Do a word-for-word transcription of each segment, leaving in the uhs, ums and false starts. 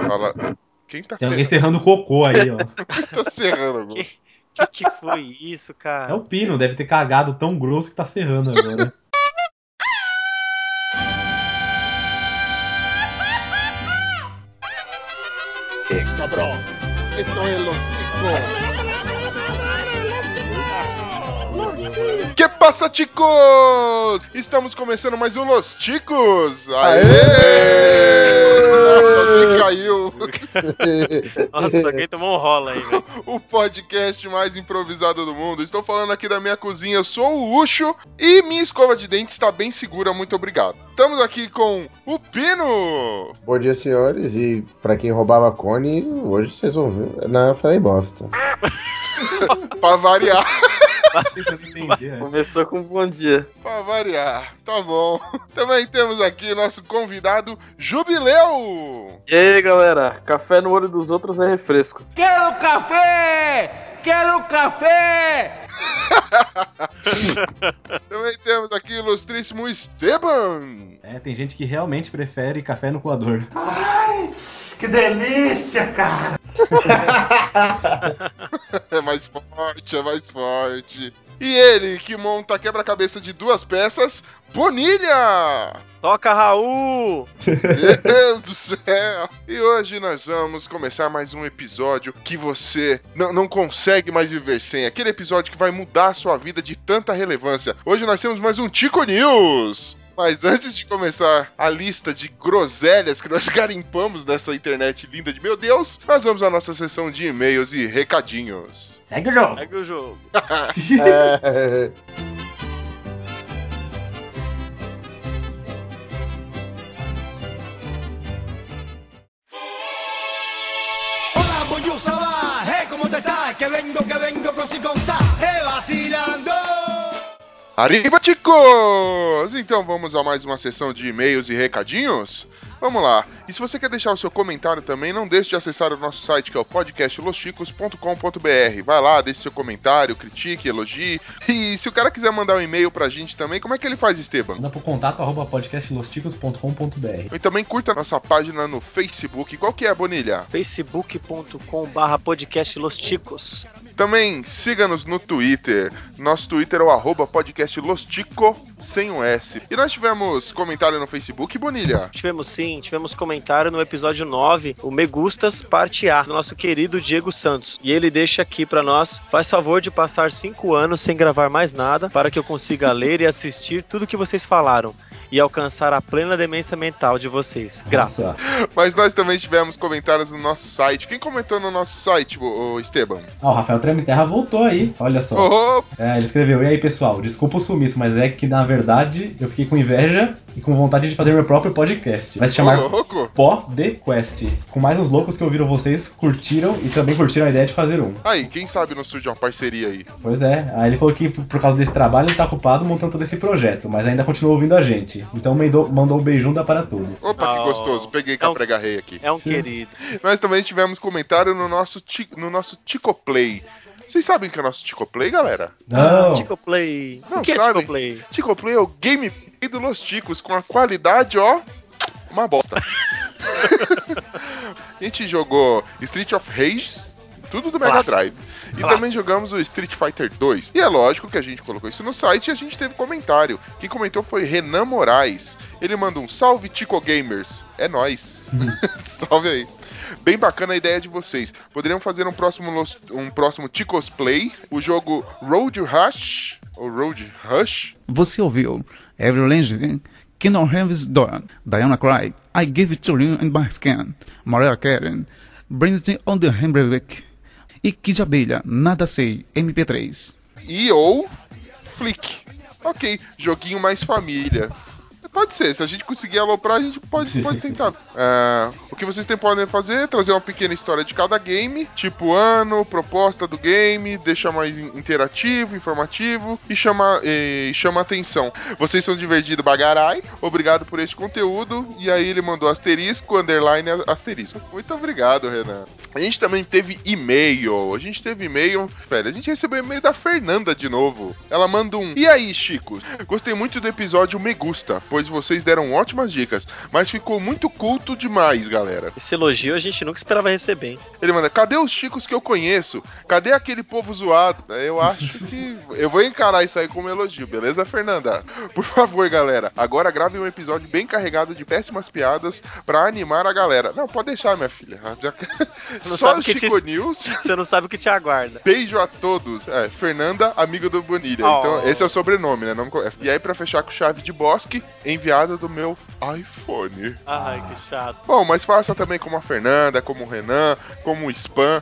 Fala. Quem tá Tem serrando? alguém serrando cocô aí, ó. Quem tá serrando agora? Que, que que foi isso, É cara? o Pino, deve ter cagado tão grosso que tá serrando agora. Eh, cabrón. Esto es Los Ticos. Que passa, ticos? Estamos começando mais um Los Ticos. Aê! Nossa, alguém caiu. Nossa, alguém tomou um rola aí, velho. O podcast mais improvisado do mundo. Estou falando aqui da minha cozinha. Eu sou o Ucho e minha escova de dente está bem segura. Muito obrigado. Estamos aqui com o Pino. Bom dia, senhores. E pra quem roubava cone, hoje vocês vão ver. Não, eu falei bosta. Pra variar. Tentando entender, né? Começou com um bom dia. Pra variar. Tá bom. Também temos aqui nosso convidado Jubileu. E aí, galera? Café no olho dos outros é refresco. Quero café! Quero café! Também temos aqui o ilustríssimo Esteban. É, tem gente que realmente prefere café no coador. Ai, que delícia, cara! É mais forte, é mais forte. E ele, que monta quebra-cabeça de duas peças, Bonilha! Toca, Raul! Meu Deus do céu! E hoje nós vamos começar mais um episódio que você não, não consegue mais viver sem. Aquele episódio que vai mudar a sua vida de tanta relevância. Hoje nós temos mais um Tico News! Mas antes de começar a lista de groselhas que nós garimpamos nessa internet linda de meu Deus, nós vamos à nossa sessão de e-mails e recadinhos. Segue o jogo. Segue o jogo. É... Hola, Boyusa va, hey, ¿cómo te estás? Que vengo, que vengo con si con sa, hey, vacilando. Arriba, ticos! Então vamos a mais uma sessão de e-mails e recadinhos? Vamos lá. E se você quer deixar o seu comentário também, não deixe de acessar o nosso site, que é o podcast los ticos ponto com ponto b r. Vai lá, deixe seu comentário, critique, elogie. E se o cara quiser mandar um e-mail pra gente também, como é que ele faz, Esteban? Manda pro contato arroba podcast los ticos ponto com ponto b r. E também curta a nossa página no Facebook. Qual que é, Bonilha? facebook ponto com barra podcast Los Ticos. Também siga-nos no Twitter. Nosso Twitter é o arroba podcast lostico, sem o S. E nós tivemos comentário no Facebook, Bonilha? Tivemos sim, tivemos comentário no episódio nove, o Me Gustas, parte A, do nosso querido Diego Santos. E ele deixa aqui pra nós: faz favor de passar cinco anos sem gravar mais nada, para que eu consiga ler e assistir tudo que vocês falaram e alcançar a plena demência mental de vocês. Graças. Nossa. Mas nós também tivemos comentários no nosso site. Quem comentou no nosso site, o, o Esteban? Ah, o Rafael Tremiterra voltou aí, olha só. Oh, É, ele escreveu: e aí, pessoal, desculpa o sumiço, mas é que na verdade eu fiquei com inveja e com vontade de fazer meu próprio podcast. Vai se chamar ô, louco! Podcast, com mais uns loucos que ouviram vocês, curtiram e também curtiram a ideia de fazer um. Aí, quem sabe não surge uma parceria aí. Pois é, aí ele falou que por causa desse trabalho ele tá ocupado montando todo esse projeto, mas ainda continua ouvindo a gente. Então mandou, mandou um beijunda para todos. Opa, que Oh. gostoso. Peguei com É a um- prega rei aqui. É um Sim. querido. Nós também tivemos comentário no nosso, ti- no nosso Ticoplay. Vocês sabem o que é o nosso Ticoplay, galera? Não, Tico Play. Não O que é sabe? Tico Play? Ticoplay é o gameplay do Los Ticos, com a qualidade, ó, uma bosta. A gente jogou Street of Rage, tudo do Mega Clássico. Drive. E Clássico. também jogamos o Street Fighter dois. E é lógico que a gente colocou isso no site e a gente teve comentário. Quem comentou foi Renan Moraes. Ele manda um salve, Tico Gamers. É nóis. Salve aí. Bem bacana a ideia de vocês. Poderiam fazer um próximo, Los- um próximo Ticos Play, o jogo Road Rush, ou Road Rush. Você ouviu Every Legend, Kingdom Hearts Dawn, Diana Cry, I Give It To You in My Skin, Mariah Carey, Bring on the Hamburg e Kid Abelha, Nada Sei, M P três. E ou Flick. Ok, joguinho mais família. Pode ser, se a gente conseguir aloprar, a gente pode, pode tentar. É, o que vocês tem- podem fazer é trazer uma pequena história de cada game, tipo ano, proposta do game, deixar mais in- interativo, informativo e chama, e chama atenção. Vocês são divertidos, bagarai, obrigado por este conteúdo. E aí ele mandou asterisco, underline, asterisco. Muito obrigado, Renan. A gente também teve e-mail. A gente teve e-mail. Pera, a gente recebeu e-mail da Fernanda de novo. Ela manda um: e aí, Chico? Gostei muito do episódio Me Gusta, pois vocês deram ótimas dicas, mas ficou muito culto demais, galera. Esse elogio a gente nunca esperava receber, hein? Ele manda: cadê os Chicos que eu conheço? Cadê aquele povo zoado? Eu acho que eu vou encarar isso aí como elogio, beleza, Fernanda? Por favor, galera, agora grave um episódio bem carregado de péssimas piadas pra animar a galera. Não, pode deixar, minha filha. Você não Só sabe o o que Chico te... News. Você não sabe o que te aguarda. Beijo a todos. É, Fernanda, amiga do Bonilha. Oh. Então, esse é o sobrenome, né? Nome... E aí, pra fechar com chave de Bosque, enviada do meu iPhone. Ai, que chato. Bom, mas faça também como a Fernanda, como o Renan, como o Spam.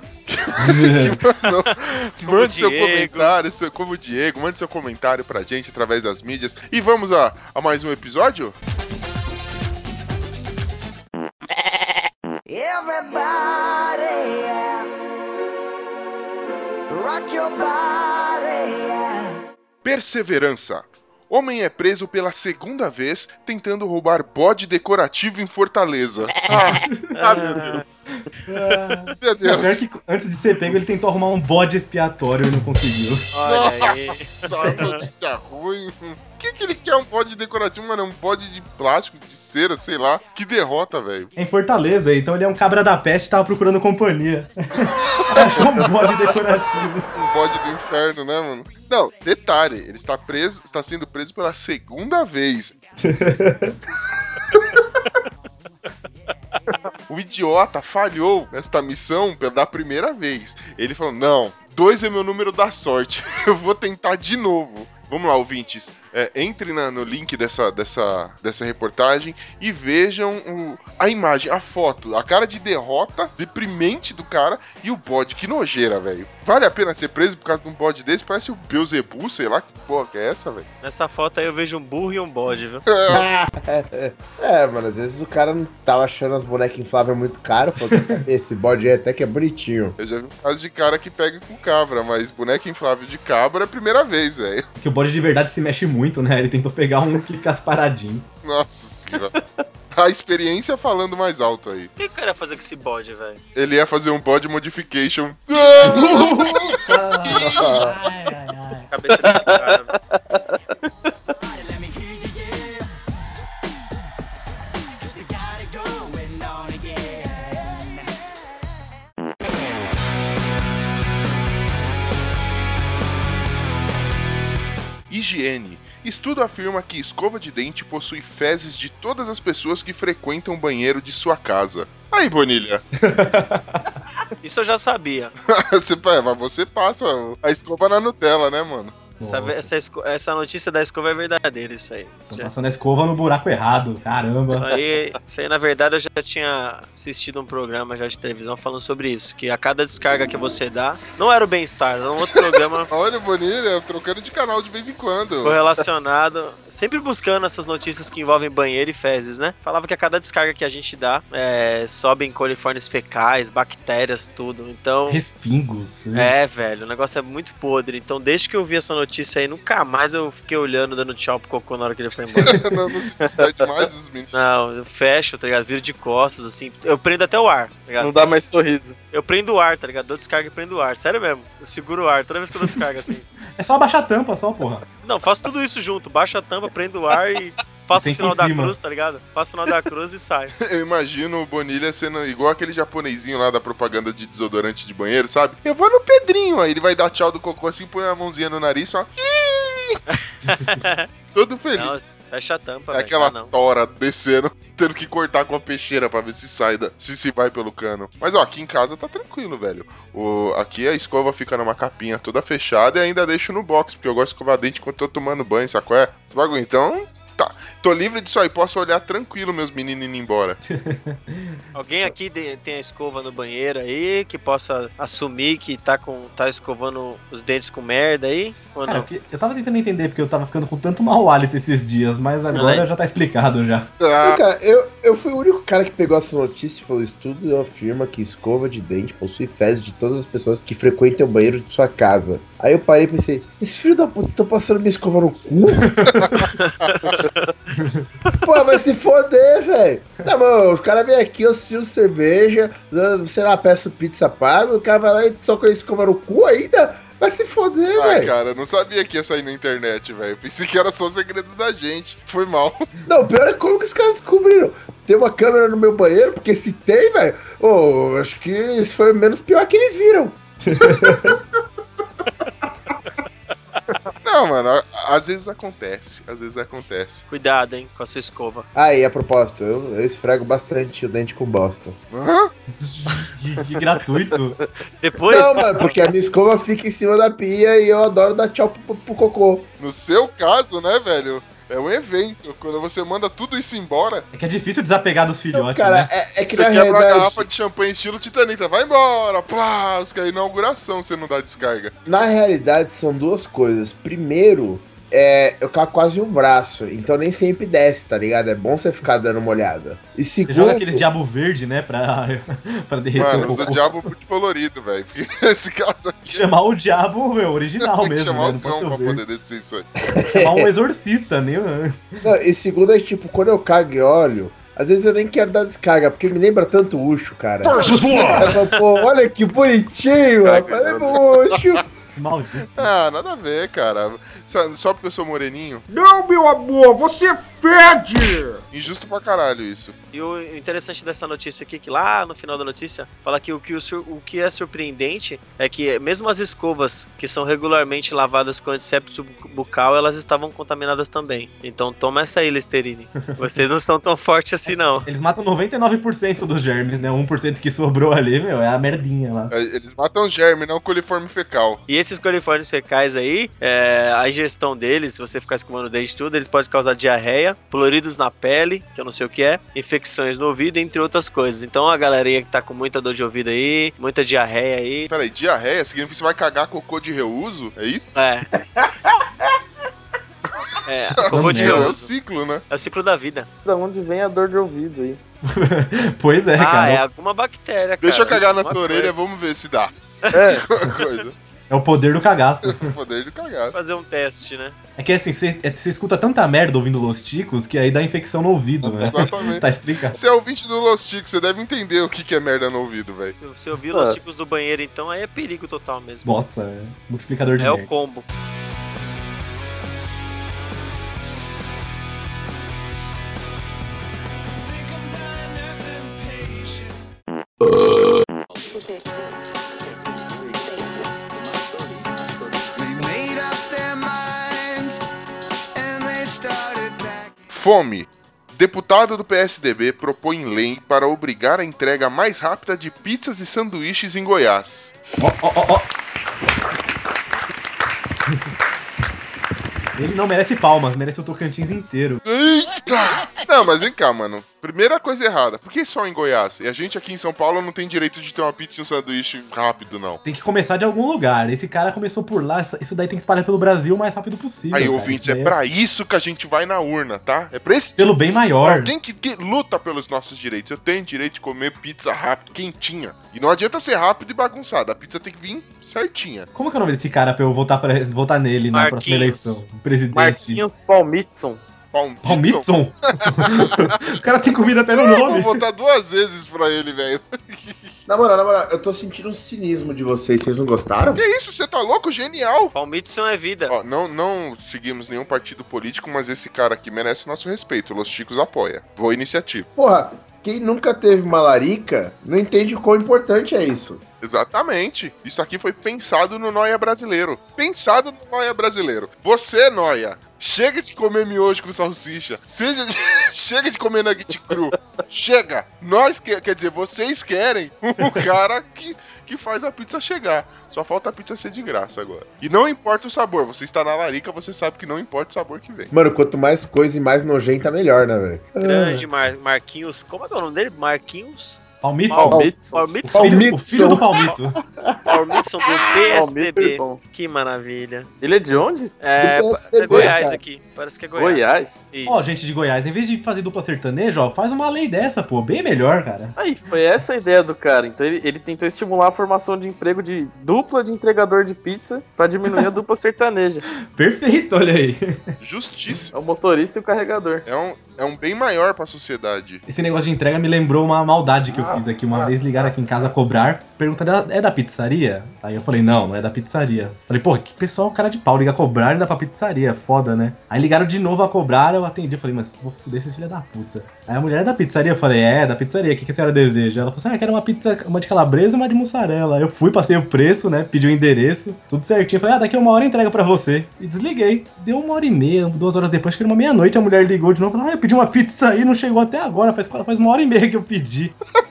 Mande seu Diego. comentário, seu, como o Diego, mande seu comentário pra gente através das mídias. E vamos a, a mais um episódio? Everybody, yeah. Rock your body, yeah. Perseverança. Homem é preso pela segunda vez tentando roubar bode decorativo em Fortaleza. Ah, ah meu Deus. Meu Não, Deus. pior que antes de ser pego, ele tentou arrumar um bode expiatório e não conseguiu. Olha aí. Nossa, notícia ruim. O que, que ele quer um bode decorativo, mano? É um bode de plástico, de cera, sei lá. Que derrota, velho. É em Fortaleza, então ele é um cabra da peste e tava procurando companhia. Achou um bode decorativo. Um bode do inferno, né, mano? Não, detalhe, ele está preso, está sendo preso pela segunda vez. O idiota falhou nesta missão pela primeira vez. Ele falou: não, dois é meu número da sorte. Eu vou tentar de novo. Vamos lá, ouvintes. É, entre na, no link dessa, dessa, dessa reportagem e vejam o, a imagem, a foto, a cara de derrota deprimente do cara e o bode. Que nojeira, velho. Vale a pena ser preso por causa de um bode desse? Parece o Beelzebub, sei lá que porra que é essa, velho. Nessa foto aí eu vejo um burro e um bode, viu? É, mano, às vezes o cara não tava achando as bonecas infláveis muito caro, falou: quer saber, esse bode aí até que é bonitinho. Eu já vi caso de cara que pega com cabra, mas boneca inflável de cabra é a primeira vez, velho. Porque o bode de verdade se mexe muito, né? Ele tentou pegar um que ficasse paradinho. Nossa senhora. A experiência falando mais alto aí. O que o cara ia fazer com esse bode, velho? Ele ia fazer um body modification. Cabeça desse cara, velho. Let me hear you, yeah. 'Cause we got it going on again. Higiene. Estudo afirma que escova de dente possui fezes de todas as pessoas que frequentam o banheiro de sua casa. Aí, Bonilha. Isso eu já sabia. você, mas você passa a escova na Nutella, né, mano? Essa, essa, esco- essa notícia da escova é verdadeira, isso aí. Tô Já- passando a escova no buraco errado, Isso caramba. aí, isso aí, na verdade, eu já tinha assistido um programa já de televisão falando sobre isso. Que a cada descarga que você dá, não era o Bem-Estar, era um outro programa Olha, Bonilha, trocando de canal de vez em quando. correlacionado, sempre buscando essas notícias que envolvem banheiro e fezes, né? Falava que a cada descarga que a gente dá, é, sobem coliformes fecais, bactérias, tudo. Então, Respingos. né? é, velho, o negócio é muito podre. Então, desde que eu vi essa notícia aí, nunca mais eu fiquei olhando, dando tchau pro cocô na hora que ele foi embora. não, não se despede mais dos meninos. Não, eu fecho, tá ligado? Viro de costas, assim. Eu prendo até o ar, tá ligado? Não dá mais sorriso. Eu prendo o ar, tá ligado? Dou descarga e prendo o ar. Sério mesmo. Eu seguro o ar toda vez que eu dou descarga, assim. É só abaixar a tampa, só, porra. Não, faço tudo isso junto. Baixo a tampa, prendo o ar e faço o Senta sinal em da cima. cruz, tá ligado? Faço o sinal da cruz e saio. Eu imagino o Bonilha sendo igual aquele japonesinho lá da propaganda de desodorante de banheiro, sabe? Eu vou no Pedrinho, aí ele vai dar tchau do cocô assim, põe a mãozinha no nariz, só... Todo feliz. Não, fecha a tampa, É velho. aquela Ah, não. tora descendo, tendo que cortar com a peixeira pra ver se sai, da, se se vai pelo cano. Mas ó, aqui em casa tá tranquilo, velho. O, aqui a escova fica numa capinha toda fechada e ainda deixo no box, porque eu gosto de escovar dente enquanto tô tomando banho, saco é? Esse bagulho, então... Tá, tô livre disso aí, posso olhar tranquilo meus meninos indo embora. Alguém aqui de- tem a escova no banheiro aí que possa assumir que tá, com, tá escovando os dentes com merda aí? Ou Cara, não? porque eu tava tentando entender porque eu tava ficando com tanto mau hálito esses dias, mas agora né? já tá explicado já. Ah, Cara, eu, eu fui o único cara que pegou essa notícia e falou: estudo afirma que escova de dente possui fezes de todas as pessoas que frequentam o banheiro de sua casa. Aí eu parei e pensei, esse filho da puta tá passando minha escova no cu? Pô, vai se foder, velho. Não, mano, os caras vêm aqui, eu assisto cerveja, sei lá, peço pizza pago, o cara vai lá e só com a escova no cu ainda? Vai se foder, Ah, velho. cara, eu não sabia que ia sair na internet, velho. Pensei que era só segredo da gente. Foi mal. Não, pior é como que os caras descobriram. Tem uma câmera no meu banheiro, porque se tem, velho, oh, acho que isso foi menos pior que eles viram. Não, mano, a- às vezes acontece. Às vezes acontece. Cuidado, hein, com a sua escova. Ah, e a propósito, eu, eu esfrego bastante o dente com bosta. Hã? Que, que gratuito. Depois, Não, mano, porque a minha escova fica em cima da pia e eu adoro dar tchau pro, pro cocô. No seu caso, né, velho? É um evento. Quando você manda tudo isso embora, É que é difícil desapegar dos filhotes, Cara, né? é, é que você na quebra uma realidade, garrafa de champanhe estilo Titanita. Vai embora! Plástica, é inauguração, você não dá descarga. na realidade são duas coisas. Primeiro, é, eu cago quase um braço, então nem sempre desce, tá ligado? É bom você ficar dando uma olhada. E Você segundo, joga aqueles diabo verde, né? Pra, pra derreter Mano, o usa cocô. diabo multicolorido, velho. Porque esse caso aqui Chamar o diabo, meu, original tem que mesmo, chamar né? o Não pode cão ser pra o verde. poder descer isso aí. Chamar um exorcista, né? não, e segundo é tipo, quando eu cago e olho, às vezes eu nem quero dar descarga, porque me lembra tanto o Ucho, cara. Eu falo, pô, olha que bonitinho, rapaz, é Ucho. Maldito. Ah, nada a ver, cara. Só, só porque eu sou moreninho. Não, meu amor, você fede! Injusto pra caralho isso. e o interessante dessa notícia aqui, que lá no final da notícia, fala que o que, o, sur- o que é surpreendente é que mesmo as escovas que são regularmente lavadas com antisséptico bucal, elas estavam contaminadas também. Então toma essa aí, Listerine. Vocês não são tão fortes assim, não. Eles matam noventa e nove por cento dos germes, né? um por cento que sobrou ali, meu, é a merdinha lá. É, Eles matam germe, não coliforme fecal. E esses coliformes fecais aí, é, a ingestão deles, se você ficar escovando o dente e tudo, eles podem causar diarreia, floridos na pele, que eu não sei o que é, infecções no ouvido, entre outras coisas. Então a galerinha que tá com muita dor de ouvido aí, muita diarreia aí, Peraí, diarreia significa que você vai cagar cocô de reuso? É isso? é. É, eu vou de É o reuso. ciclo, né? É o ciclo da vida. Da onde vem a dor de ouvido aí? Pois é, ah, cara. é alguma bactéria, cara. Deixa eu cagar na Alguma sua orelha, coisa. vamos ver se dá. É. Alguma coisa. É o poder do cagaço. O poder de cagar. Fazer um teste, né? É que assim, você é, você escuta tanta merda ouvindo Los Ticos que aí dá infecção no ouvido, né? Exatamente. Tá explicado. Você é ouvinte do Los Ticos, você deve entender o que que é merda no ouvido, velho. Se eu vi Ah. os tipos do banheiro, então, aí é perigo total mesmo. Nossa, é multiplicador de É o merda. combo. Fome. Deputado do P S D B propõe lei para obrigar a entrega mais rápida de pizzas e sanduíches em Goiás. Ó, ó, ó, ó. Ele não merece palmas, merece o Tocantins inteiro. Eita! Não, mas vem cá, mano. Primeira coisa errada. Por que só em Goiás? E a gente aqui em São Paulo não tem direito de ter uma pizza e um sanduíche rápido, não. Tem que começar de algum lugar. Esse cara começou por lá, isso daí tem que espalhar pelo Brasil o mais rápido possível. Aí, cara. ouvintes, Isso é daí pra isso que a gente vai na urna, tá? É pra esse Pelo bem maior. Alguém que, que luta pelos nossos direitos. Eu tenho direito de comer pizza rápido, quentinha. E não adianta ser rápido e bagunçado. A pizza tem que vir certinha. Como que é o nome desse cara pra eu votar, pra, votar nele na Marquinhos. próxima eleição? O presidente. Marquinhos Palmitson. Palm Palmitson? O cara tem comida até no Eu nome. vou votar duas vezes pra ele, velho. Na moral, na moral, eu tô sentindo um cinismo de vocês, vocês não gostaram? Que isso? Você tá louco? Genial! Palmitson é vida. Ó, não, não seguimos nenhum partido político, mas esse cara aqui merece o nosso respeito. Los Chicos apoia. Boa iniciativa. Porra, quem nunca teve uma larica não entende o quão importante é isso. Exatamente. Isso aqui foi pensado no Noia brasileiro. Pensado no Noia brasileiro. Você, Noia, chega de comer miojo com salsicha. Seja de... chega de comer nugget cru. Chega. Nós, que... quer dizer, vocês querem o cara que... que faz a pizza chegar. Só falta a pizza ser de graça agora. E não importa o sabor. Você está na larica, você sabe que não importa o sabor que vem. Mano, quanto mais coisa e mais nojenta, melhor, né, velho? Grande Mar- Marquinhos. Como é que é o nome dele? Marquinhos? Palmito? Palmito. Palmito. O filho, o filho do Palmito. Palmito do P S D Palmito é B. bom. Que maravilha. Ele é de onde? É, Do pa- P S D B, é Goiás cara. aqui. Parece que é Goiás. Goiás? Isso. Ó, gente de Goiás, em vez de fazer dupla sertaneja, ó, faz uma lei dessa, pô. Bem melhor, cara. Aí, foi essa a ideia do cara. Então ele, ele tentou estimular a formação de emprego de dupla de entregador de pizza pra diminuir a dupla sertaneja. Perfeito, olha aí. Justiça. É o motorista e o carregador. É um, é um bem maior pra sociedade. Esse negócio de entrega me lembrou uma maldade que eu fiz aqui. Uma vez ligaram aqui em casa a cobrar, perguntaram, é da pizzaria? Aí eu falei, não, não é da pizzaria. Falei, pô, que pessoal, cara de pau, liga a cobrar e dá pra pizzaria, foda, né? Aí ligaram de novo a cobrar, eu atendi, eu falei, mas vou fuder esses filha da puta. Aí a mulher é da pizzaria, eu falei, é, da pizzaria, o que, que a senhora deseja? Ela falou assim, ah, quero uma pizza, uma de calabresa e uma de mussarela. Eu fui, passei o preço, né, pedi o endereço, tudo certinho. Eu falei, ah, daqui a uma hora entrega pra você. E desliguei. Deu uma hora e meia, duas horas depois, acho que era uma meia-noite, a mulher ligou de novo, falou, ah, eu pedi uma pizza aí, não chegou até agora, faz, faz uma hora e meia que eu pedi.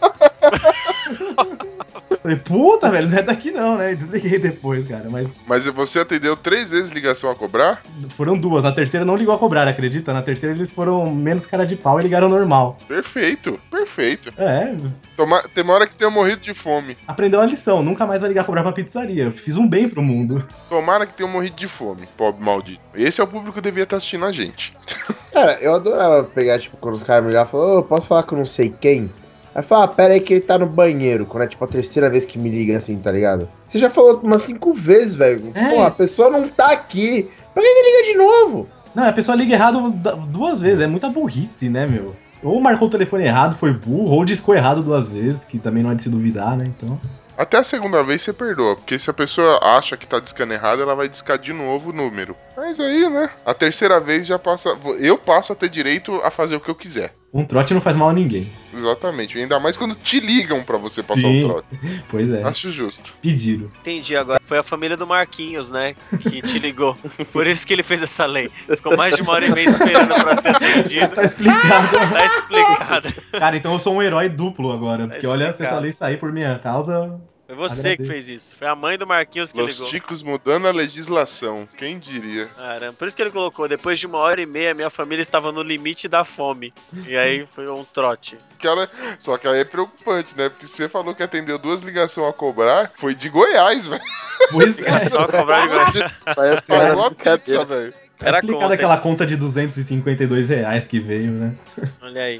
Falei, puta, velho, não é daqui não, né? Desliguei depois, cara, mas Mas você atendeu três vezes ligação a cobrar? foram duas. Na terceira não ligou a cobrar, acredita? Na terceira eles foram menos cara de pau e ligaram normal. Perfeito, perfeito. É, Toma, tem uma hora que tenha morrido de fome. aprendeu a lição, nunca mais vai ligar a cobrar pra pizzaria. Eu fiz um bem pro mundo. Tomara que tenha morrido de fome, pobre maldito. Esse é o público que devia estar assistindo a gente. Cara, eu adorava pegar, tipo, quando os caras me ligavam e falavam, ô, posso falar com não sei quem? Aí eu falava, ah, pera aí que ele tá no banheiro, quando é tipo a terceira vez que me liga assim, tá ligado? Você já falou umas cinco vezes, velho. É. Pô, a pessoa não tá aqui. Pra que me liga de novo? Não, a pessoa liga errado da- duas vezes, é muita burrice, né, meu? Ou marcou o telefone errado, foi burro, ou discou errado duas vezes, que também não é de se duvidar, né, então... Até a segunda vez você perdoa, porque se a pessoa acha que tá discando errado, ela vai discar de novo o número. Mas aí, né? A terceira vez já passa. Eu passo a ter direito a fazer o que eu quiser. Um trote não faz mal a ninguém. Exatamente. Ainda mais quando te ligam pra você passar Sim. o trote. Pois é, Acho justo. pediram. Entendi agora. Foi a família do Marquinhos, né? Que te ligou. Por isso que ele fez essa lei. Ficou mais de uma hora e meia esperando pra ser atendido. Tá explicado. Tá explicado. Cara, então eu sou um herói duplo agora, porque olha, se explicado. essa lei sair por minha causa... Foi você Agradeço. que fez isso. Foi a mãe do Marquinhos que Los ligou. chicos mudando a legislação. Quem diria? Caramba, por isso que ele colocou, depois de uma hora e meia, minha família estava no limite da fome. E aí foi um trote. Cara, só que aí é preocupante, né? Porque você falou que atendeu duas ligações a cobrar, foi de Goiás, velho. Pois é. Só cobrar igual. Aí Pagou a brincadeira. pizza, velho. Era Explicado conta, aquela conta de duzentos e cinquenta e dois reais que veio, né? Olha aí.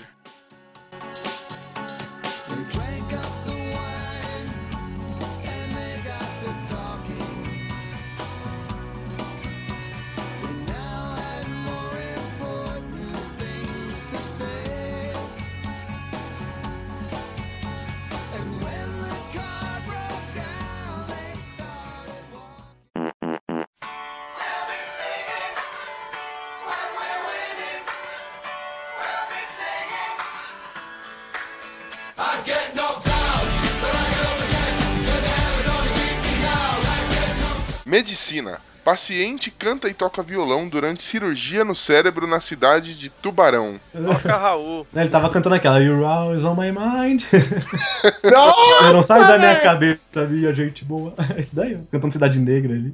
Medicina. Paciente canta e toca violão durante cirurgia no cérebro na cidade de Tubarão. Toca Raul. Ele tava cantando aquela You're always on my mind. Nossa, Eu não sai da minha velho! cabeça, minha gente boa. É isso daí, ó. Cantando Cidade Negra ali.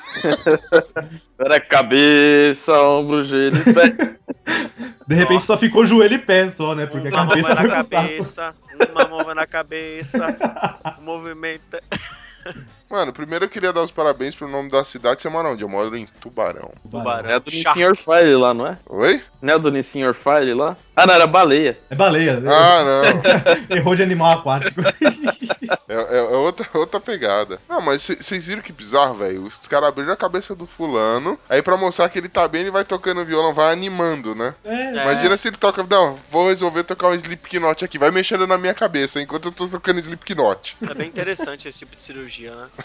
Era cabeça, ombro, joelho e pé. De repente Nossa. só ficou joelho e pé só, né? Porque a Uma mão cabeça vai foi na pro saco. cabeça, uma mão vai na cabeça, o movimento. Mano, primeiro eu queria dar os parabéns pro nome da cidade. Você mora onde? Eu moro em Tubarão. Tubarão. É do Shark. Nissin Orfile lá, não é? Oi? Não é do Nissin Orfile lá? Ah, não, era baleia. É baleia. né? Ah, não. Errou de animal aquático. É, é- é outra, outra pegada. Não, mas vocês viram que bizarro, velho? Os caras abriram a cabeça do fulano. Aí pra mostrar que ele tá bem, ele vai tocando violão, vai animando, né? É, Imagina se ele toca. Não, vou resolver tocar um Slipknot aqui. Vai mexendo na minha cabeça enquanto eu tô tocando Slipknot. É bem interessante esse tipo de cirurgia, né?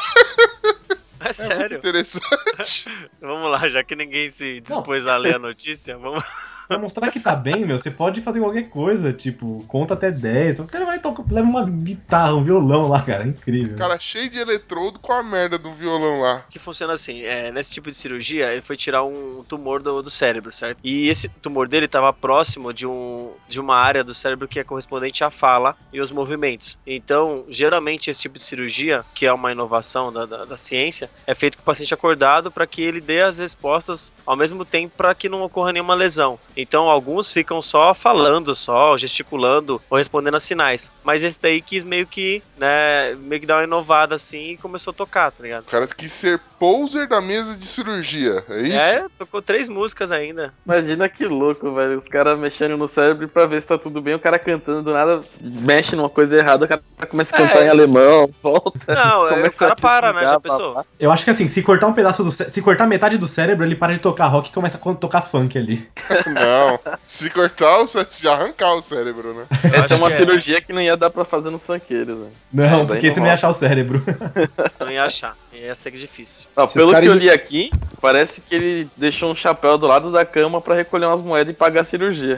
É Muito sério. interessante. Vamos lá, já que ninguém se dispôs a ler a notícia, vamos. pra mostrar que tá bem, meu, você pode fazer qualquer coisa, tipo, conta até dez. O cara vai tocar, leva uma guitarra, um violão lá, cara, é incrível. Cara cheio de eletrodo com a merda do violão lá. Que funciona assim, é, nesse tipo de cirurgia, ele foi tirar um tumor do, do cérebro, certo? E esse tumor dele estava próximo de, um, de uma área do cérebro que é correspondente à fala e os movimentos. Então, geralmente, esse tipo de cirurgia, que é uma inovação da, da, da ciência, é feito com o paciente acordado para que ele dê as respostas ao mesmo tempo para que não ocorra nenhuma lesão. Então alguns ficam só falando, só gesticulando ou respondendo a sinais. Mas esse daí quis meio que, né, meio que dar uma inovada assim e começou a tocar, tá ligado? O cara quis ser poser da mesa de cirurgia, é isso? É, tocou três músicas ainda. Imagina que louco, velho. Os caras mexendo no cérebro pra ver se tá tudo bem. O cara cantando do nada, mexe numa coisa errada, o cara começa a cantar É. em alemão, volta. Não, é, começa o cara a para, né? Já xingar, pensou? papá. Eu acho que assim, se cortar um pedaço do cé- se cortar metade do cérebro, ele para de tocar rock e começa a tocar funk ali. Não, se cortar, o cé- se arrancar o cérebro, né? Essa acho é uma que é. cirurgia que não ia dar pra fazer nos funkeiros, velho. Não, É, daí porque não você não ia rola. achar o cérebro. Não ia achar. Ia ser difícil. Ó, Se pelo os que caras- eu li aqui, parece que ele deixou um chapéu do lado da cama pra recolher umas moedas e pagar a cirurgia.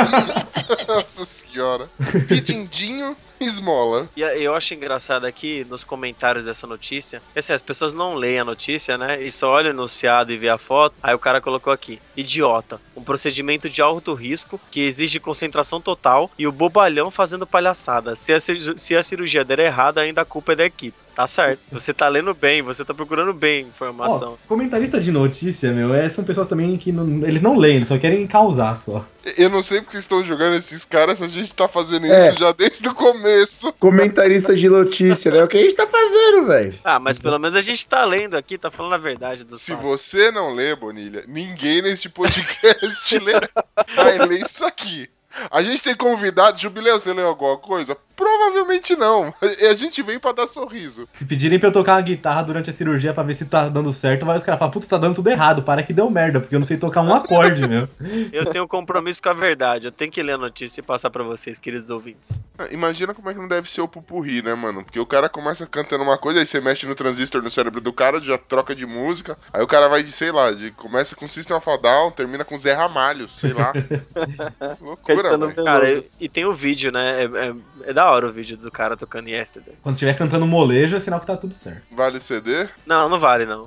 Nossa senhora. Pedindinho, esmola. E a- eu acho engraçado aqui nos comentários dessa notícia, que, assim, as pessoas não leem a notícia, né? E só olham o enunciado e vê a foto. Aí o cara colocou aqui: idiota, um procedimento de alto risco que exige concentração total e o bobalhão fazendo palhaçada. Se a, cir- se a cirurgia der errado, ainda a culpa é da equipe. Tá certo. Você tá lendo bem, você tá procurando bem informação. Ó, comentarista de notícia, meu, é, são pessoas também que não, eles não leem, eles só querem causar só. Eu não sei porque vocês estão julgando esses caras se a gente tá fazendo É. isso já desde o começo. Comentarista de notícia, né? O que a gente tá fazendo, velho? Ah, mas pelo menos a gente tá lendo aqui, tá falando a verdade dos Se fatos. você não lê, Bonilha, ninguém nesse podcast lerá. Vai ler isso aqui. A gente tem convidado, Jubileu, você leu alguma coisa? Provavelmente não. A gente vem pra dar sorriso. Se pedirem pra eu tocar uma guitarra durante a cirurgia pra ver se tá dando certo, vai os caras falam, putz, tá dando tudo errado, para que deu merda, porque eu não sei tocar um acorde, meu. Eu tenho um compromisso com a verdade. Eu tenho que ler a notícia e passar pra vocês, queridos ouvintes. Imagina como é que não deve ser o pupurri, né, mano? Porque o cara começa cantando uma coisa, aí você mexe no transistor no cérebro do cara, já troca de música. Aí o cara vai de, sei lá, de, começa com System of a Down, termina com Zé Ramalho, sei lá. Loucura, Caetano velho. Veloso. Cara, e, e tem o vídeo, né? É, é, é da hora o vídeo do cara tocando Yesterday. Quando tiver cantando molejo, é sinal que tá tudo certo. Vale o C D? Não, não vale não.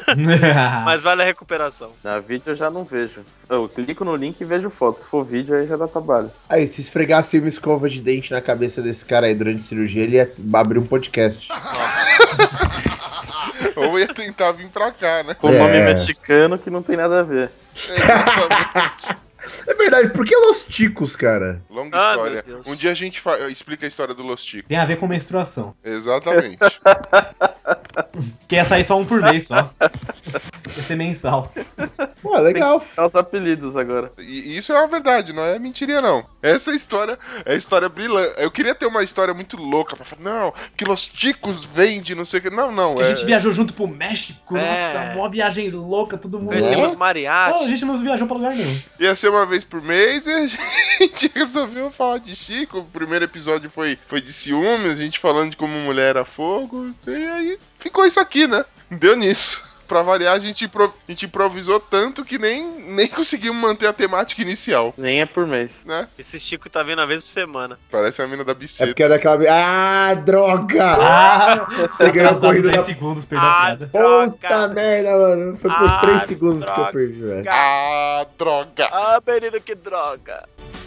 Mas vale a recuperação. Na vídeo eu já não vejo. Eu clico no link e vejo foto. Se for vídeo, aí já dá trabalho. Aí, se esfregasse uma escova de dente na cabeça desse cara aí durante a cirurgia, ele ia abrir um podcast. Ou ia tentar vir pra cá, né? Com É. nome mexicano que não tem nada a ver. Exatamente. É verdade, por que Los Ticos, cara? Longa Ah, história. meu Deus. Um dia a gente fa- explica a história do Los Ticos. Tem a ver com menstruação. Exatamente. Que ia sair só um por mês só. Ia ser mensal. Pô, legal. É os apelidos agora. E isso é uma verdade, não é mentirinha, não. Essa história é história brilhante. Eu queria ter uma história muito louca pra falar, não, que Los Ticos vende, não sei o que. Não, não. Que é... a gente viajou junto pro México, É. nossa, mó viagem louca, todo mundo. Conhecemos Não, mariachis. a gente não viajou pra lugar nenhum. Ia ser uma vez por mês e a gente resolveu falar de Chico. O primeiro episódio foi, foi de ciúmes, a gente falando de como mulher era fogo. E aí ficou isso aqui, né? Deu nisso. Pra variar, a gente, impro- a gente improvisou tanto que nem, nem conseguimos manter a temática inicial, Nem é por mês. né? Esse Chico tá vindo uma vez por semana. Parece a mina da É biceta. porque é daquela. Ah, droga! Ah, Você ganhou a atrasado corrida dez da. segundos, perdeu a Ah, piada. Puta droga. merda, mano. Foi por Ah, três segundos que eu droga. perdi, velho. Ah, droga! Ah, menino, que droga.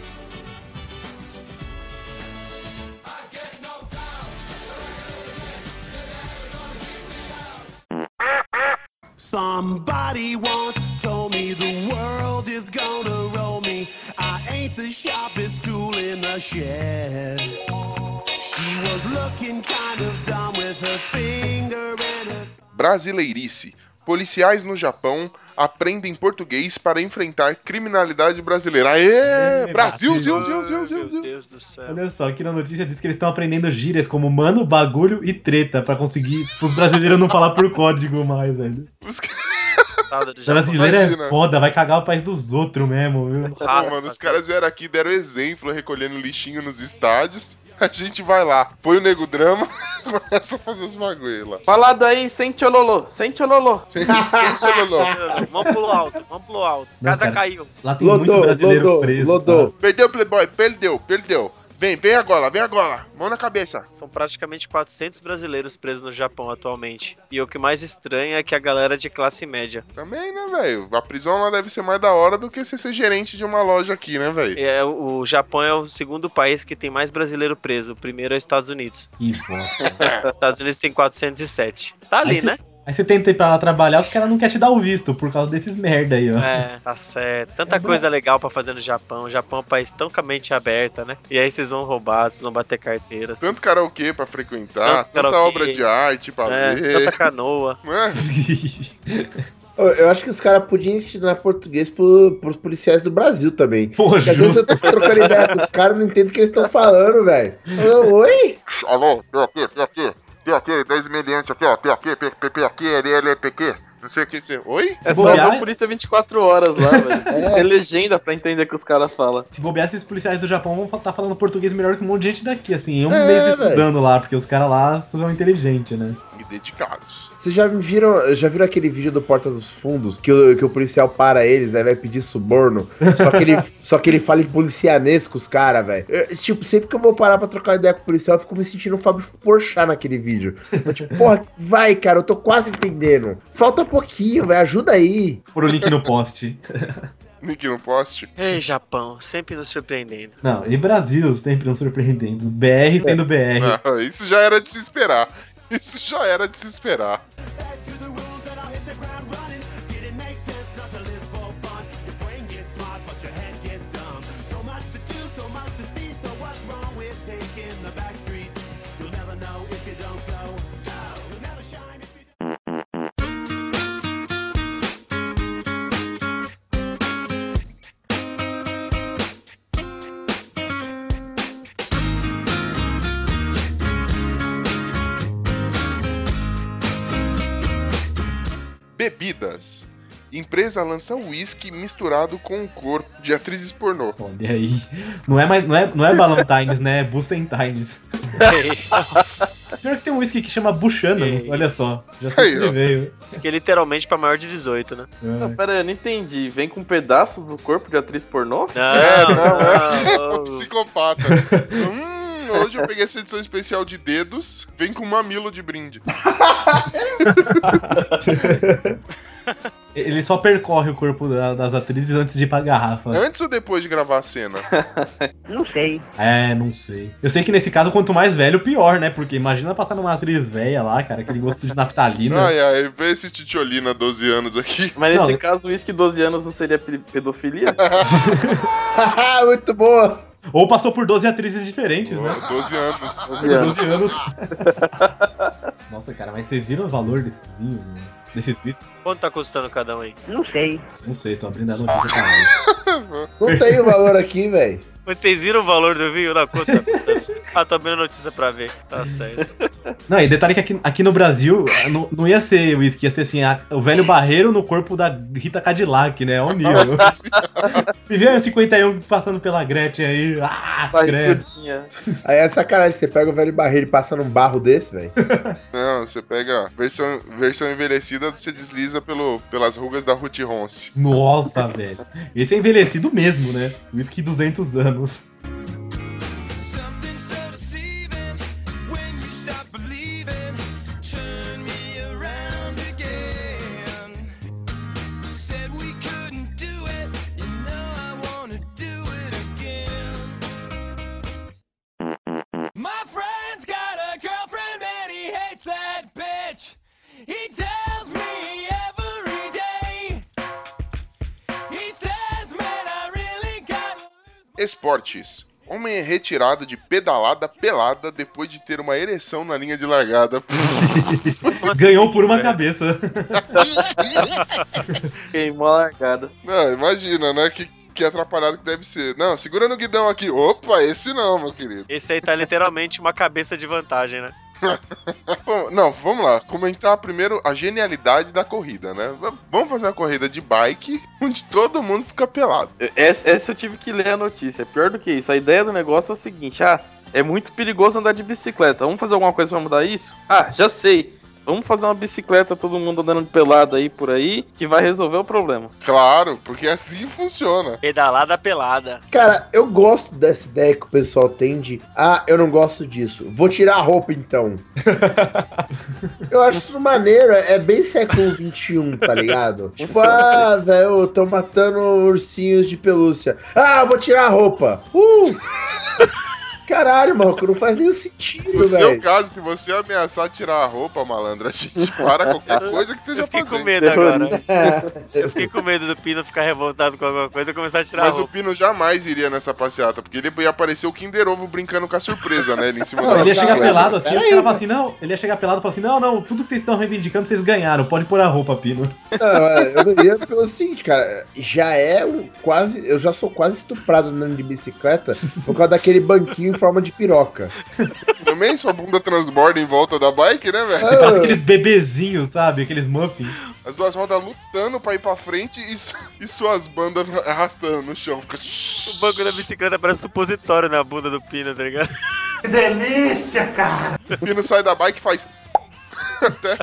Somebody once told me the world is gonna roll me. I ain't the sharpest tool in the shed. She was looking kind of dumb with her finger in her. Brasileirice. Policiais no Japão aprendem português para enfrentar criminalidade brasileira. Aê! É, Brasil, Brasil. Zil, Zil, Zil, Zil, Meu Zil. Deus do céu. Olha só, aqui na notícia diz que eles estão aprendendo gírias como mano, bagulho e treta pra conseguir os brasileiros não falar por código mais, velho. Os caras, Nada de Japão. Brasileiro imagina. é foda, vai cagar o país dos outros mesmo, viu? Raça, mano, os caras vieram aqui, deram exemplo, recolhendo lixinho nos estádios. A gente vai lá, põe o nego drama e começa a fazer os bagulho lá. Falado aí, sem tchololô, sem tchololô. Sem, sem celuló. Vamos pro alto, vamos pro alto. Não, Casa cara. caiu. Lá tem muito Lodô, brasileiro Lodô, preso. Lodô. Perdeu, Playboy, perdeu, perdeu. Vem, vem agora, vem agora. Mão na cabeça. São praticamente quatrocentos brasileiros presos no Japão atualmente. E o que mais estranha é que a galera é de classe média. Também, né, velho? A prisão lá deve ser mais da hora do que você ser gerente de uma loja aqui, né, velho? É, o Japão é o segundo país que tem mais brasileiro preso. O primeiro é os Estados Unidos. Que bosta. Os Estados Unidos tem quatrocentos e sete. Tá ali, Aí cê- né? Aí você tenta ir pra lá trabalhar, os caras não querem te dar o visto por causa desses merda aí, ó. É, tá certo. Tanta coisa legal pra fazer no Japão. O Japão é um país tão mente aberta, né? E aí vocês vão roubar, vocês vão bater carteira. Tanto karaokê pra frequentar, Tanto tanta karaokê. obra de arte pra É, ver. tanta canoa. Não é? Eu, eu acho que os caras podiam ensinar português pro, pros policiais do Brasil também. Pô, Porque às vezes eu justo. tô trocando ideia com os caras e não entendo o que eles estão falando, velho. Eu, Oi? Alô, P aqui, P aqui, P aqui, dois miliantes aqui, ó, P aqui, P aqui, L L P Q. Não sei o que você. Oi? É só bobear, ver o Polícia vinte e quatro horas lá, velho. É. Tem legenda pra entender o que os caras falam. Se bobear, esses policiais do Japão vão estar falando português melhor que um monte de gente daqui, assim, um É, mês velho. estudando lá, porque os caras lá são inteligentes, né? E dedicados. Vocês já viram, já viram aquele vídeo do Porta dos Fundos que o, que o policial para eles, aí vai pedir suborno? Só que ele, só que ele fala em policianês com os caras, velho. Eu, Tipo, sempre que eu vou parar pra trocar ideia com o policial, eu fico me sentindo o Fábio Porchat naquele vídeo. Eu, tipo, porra, vai, cara, eu tô quase entendendo. Falta pouquinho, velho, ajuda aí. Por o link no post. Nick no poste. Ei, Japão, sempre nos surpreendendo. Não, e Brasil sempre nos surpreendendo. B R sendo B R. Não, isso já era de se esperar. Isso já era de se esperar. Back to the rules that I'll hit the ground running. Didn't make sense not to live for fun. Your brain gets smart, but your head gets dumb. So much to do, so much to see. So what's wrong with taking the back streets? You'll never know if you don't go. Go. You'll never shine if you Bebidas. Empresa lança uísque misturado com o corpo de atrizes pornô. Olha aí. Não é, mais, não é, não é Ballantines, né? É Bucentines. Pior que tem um whisky que chama Buchanan, olha só. Já sei Aí, que ó. ele veio. Isso aqui é literalmente pra maior de dezoito, né? Não, É. pera aí, eu não entendi. Vem com pedaços do corpo de atriz pornô? Não, É, não, é. não, Um psicopata. Hum, hoje eu peguei essa edição especial de dedos. Vem com mamilo de brinde. Ele só percorre o corpo da- das atrizes antes de ir pra garrafa. Antes ou depois de gravar a cena? Não sei. É, não sei. Eu sei que nesse caso, quanto mais velho, pior, né? Porque imagina passar numa atriz velha lá, cara, aquele gosto de naftalina. Ai, ai, vê esse titiolina doze anos aqui. Mas nesse Não. caso, o uísque doze anos não seria pe- pedofilia? Muito boa. Ou passou por doze atrizes diferentes, né? doze anos. doze anos. doze anos. Nossa, cara, mas vocês viram o valor desses vinhos, mano? Desses whisky? Quanto tá custando cada um aí? Não sei. Não sei, tô abrindo a notícia caralho. Não tem o valor aqui, velho. Vocês viram o valor do vinho? Não, quanto tá custando? Ah, tô abrindo a notícia pra ver. Tá certo. Não, e detalhe que aqui, aqui no Brasil não, não ia ser whisky, ia ser assim, a- o velho barreiro no corpo da Rita Cadillac, né? Olha o nível. Me vê o cinquenta e um passando pela Gretchen aí. Ah, credo. Barrigudinha. Aí é sacanagem, você pega o velho barreiro e passa num barro desse, velho. Não, você pega a versão, versão envelhecida, você desliza pelo, pelas rugas da Ruth Ronce. Nossa, velho. Esse é envelhecido mesmo, né? Whisky duzentos anos. Something so deceiving when you stop believing. Turn me around again. Said we couldn't do it. You know I wanna do it again. My friend's got a girlfriend and he hates that bitch. He tells me every day. He says, man, I really gotta lose. Esportes. Homem é retirado de pedalada pelada depois de ter uma ereção na linha de largada. Como Ganhou assim, por uma velho? cabeça. Queimou a largada. Não, imagina, né? Que, que atrapalhado que deve ser. Não, segura no guidão aqui. Opa, esse não, meu querido. Esse aí tá literalmente uma cabeça de vantagem, né? Bom, não, vamos lá. Comentar primeiro a genialidade da corrida, né? V- Vamos fazer uma corrida de bike onde todo mundo fica pelado. Essa, essa eu tive que ler a notícia. Pior do que isso, a ideia do negócio é o seguinte: ah, é muito perigoso andar de bicicleta. Vamos fazer alguma coisa pra mudar isso? Ah, já sei. Vamos fazer uma bicicleta, todo mundo andando de pelada aí por aí, que vai resolver o problema. Claro, porque assim funciona. Pedalada pelada. Cara, eu gosto dessa ideia que o pessoal tem de ah, eu não gosto disso. Vou tirar a roupa então. Eu acho isso maneiro, é bem século vinte e um, tá ligado? Tipo, ah, velho, tô matando ursinhos de pelúcia. Ah, vou tirar a roupa. Uh! Caralho, maluco, não faz nenhum sentido, No seu velho. caso, se você ameaçar tirar a roupa, malandro, a gente para qualquer coisa que esteja Eu fiquei fazendo. com medo agora. Eu fiquei com medo do Pino ficar revoltado com alguma coisa e começar a tirar Mas a o roupa. Pino jamais iria nessa passeata, porque ele ia aparecer o Kinder Ovo brincando com a surpresa, né? Ele em cima Não, da ele ia chegar bicicleta. pelado assim, Pera os aí, caras falam assim, não, ele ia chegar pelado e falar assim, não, não, tudo que vocês estão reivindicando, vocês ganharam, pode pôr a roupa, Pino. Não, eu não ia pelo seguinte, cara, já é um quase, eu já sou quase estuprado andando de bicicleta por causa daquele banquinho em forma de piroca. Também sua bunda transborda em volta da bike, né, velho? Você faz aqueles bebezinhos, sabe, aqueles muffins. As duas rodas lutando pra ir pra frente e, su- e suas bandas arrastando no chão. Fica... O banco da bicicleta parece supositório na bunda do Pino, tá ligado? O Pino sai da bike e faz... Até...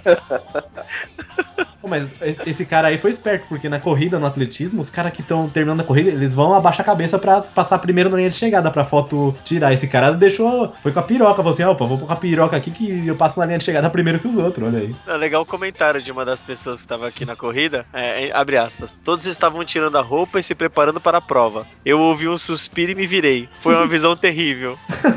Pô, mas esse cara aí foi esperto, porque na corrida, no atletismo, os caras que estão terminando a corrida, eles vão abaixar a cabeça pra passar primeiro na linha de chegada, pra foto tirar. Esse cara deixou, foi com a piroca, falou assim, opa, vou pôr com a piroca aqui que eu passo na linha de chegada primeiro que os outros, olha aí. É legal o comentário de uma das pessoas que estava aqui na corrida, é, é, abre aspas, todos estavam tirando a roupa e se preparando para a prova. Eu ouvi um suspiro e me virei. Foi uma visão terrível.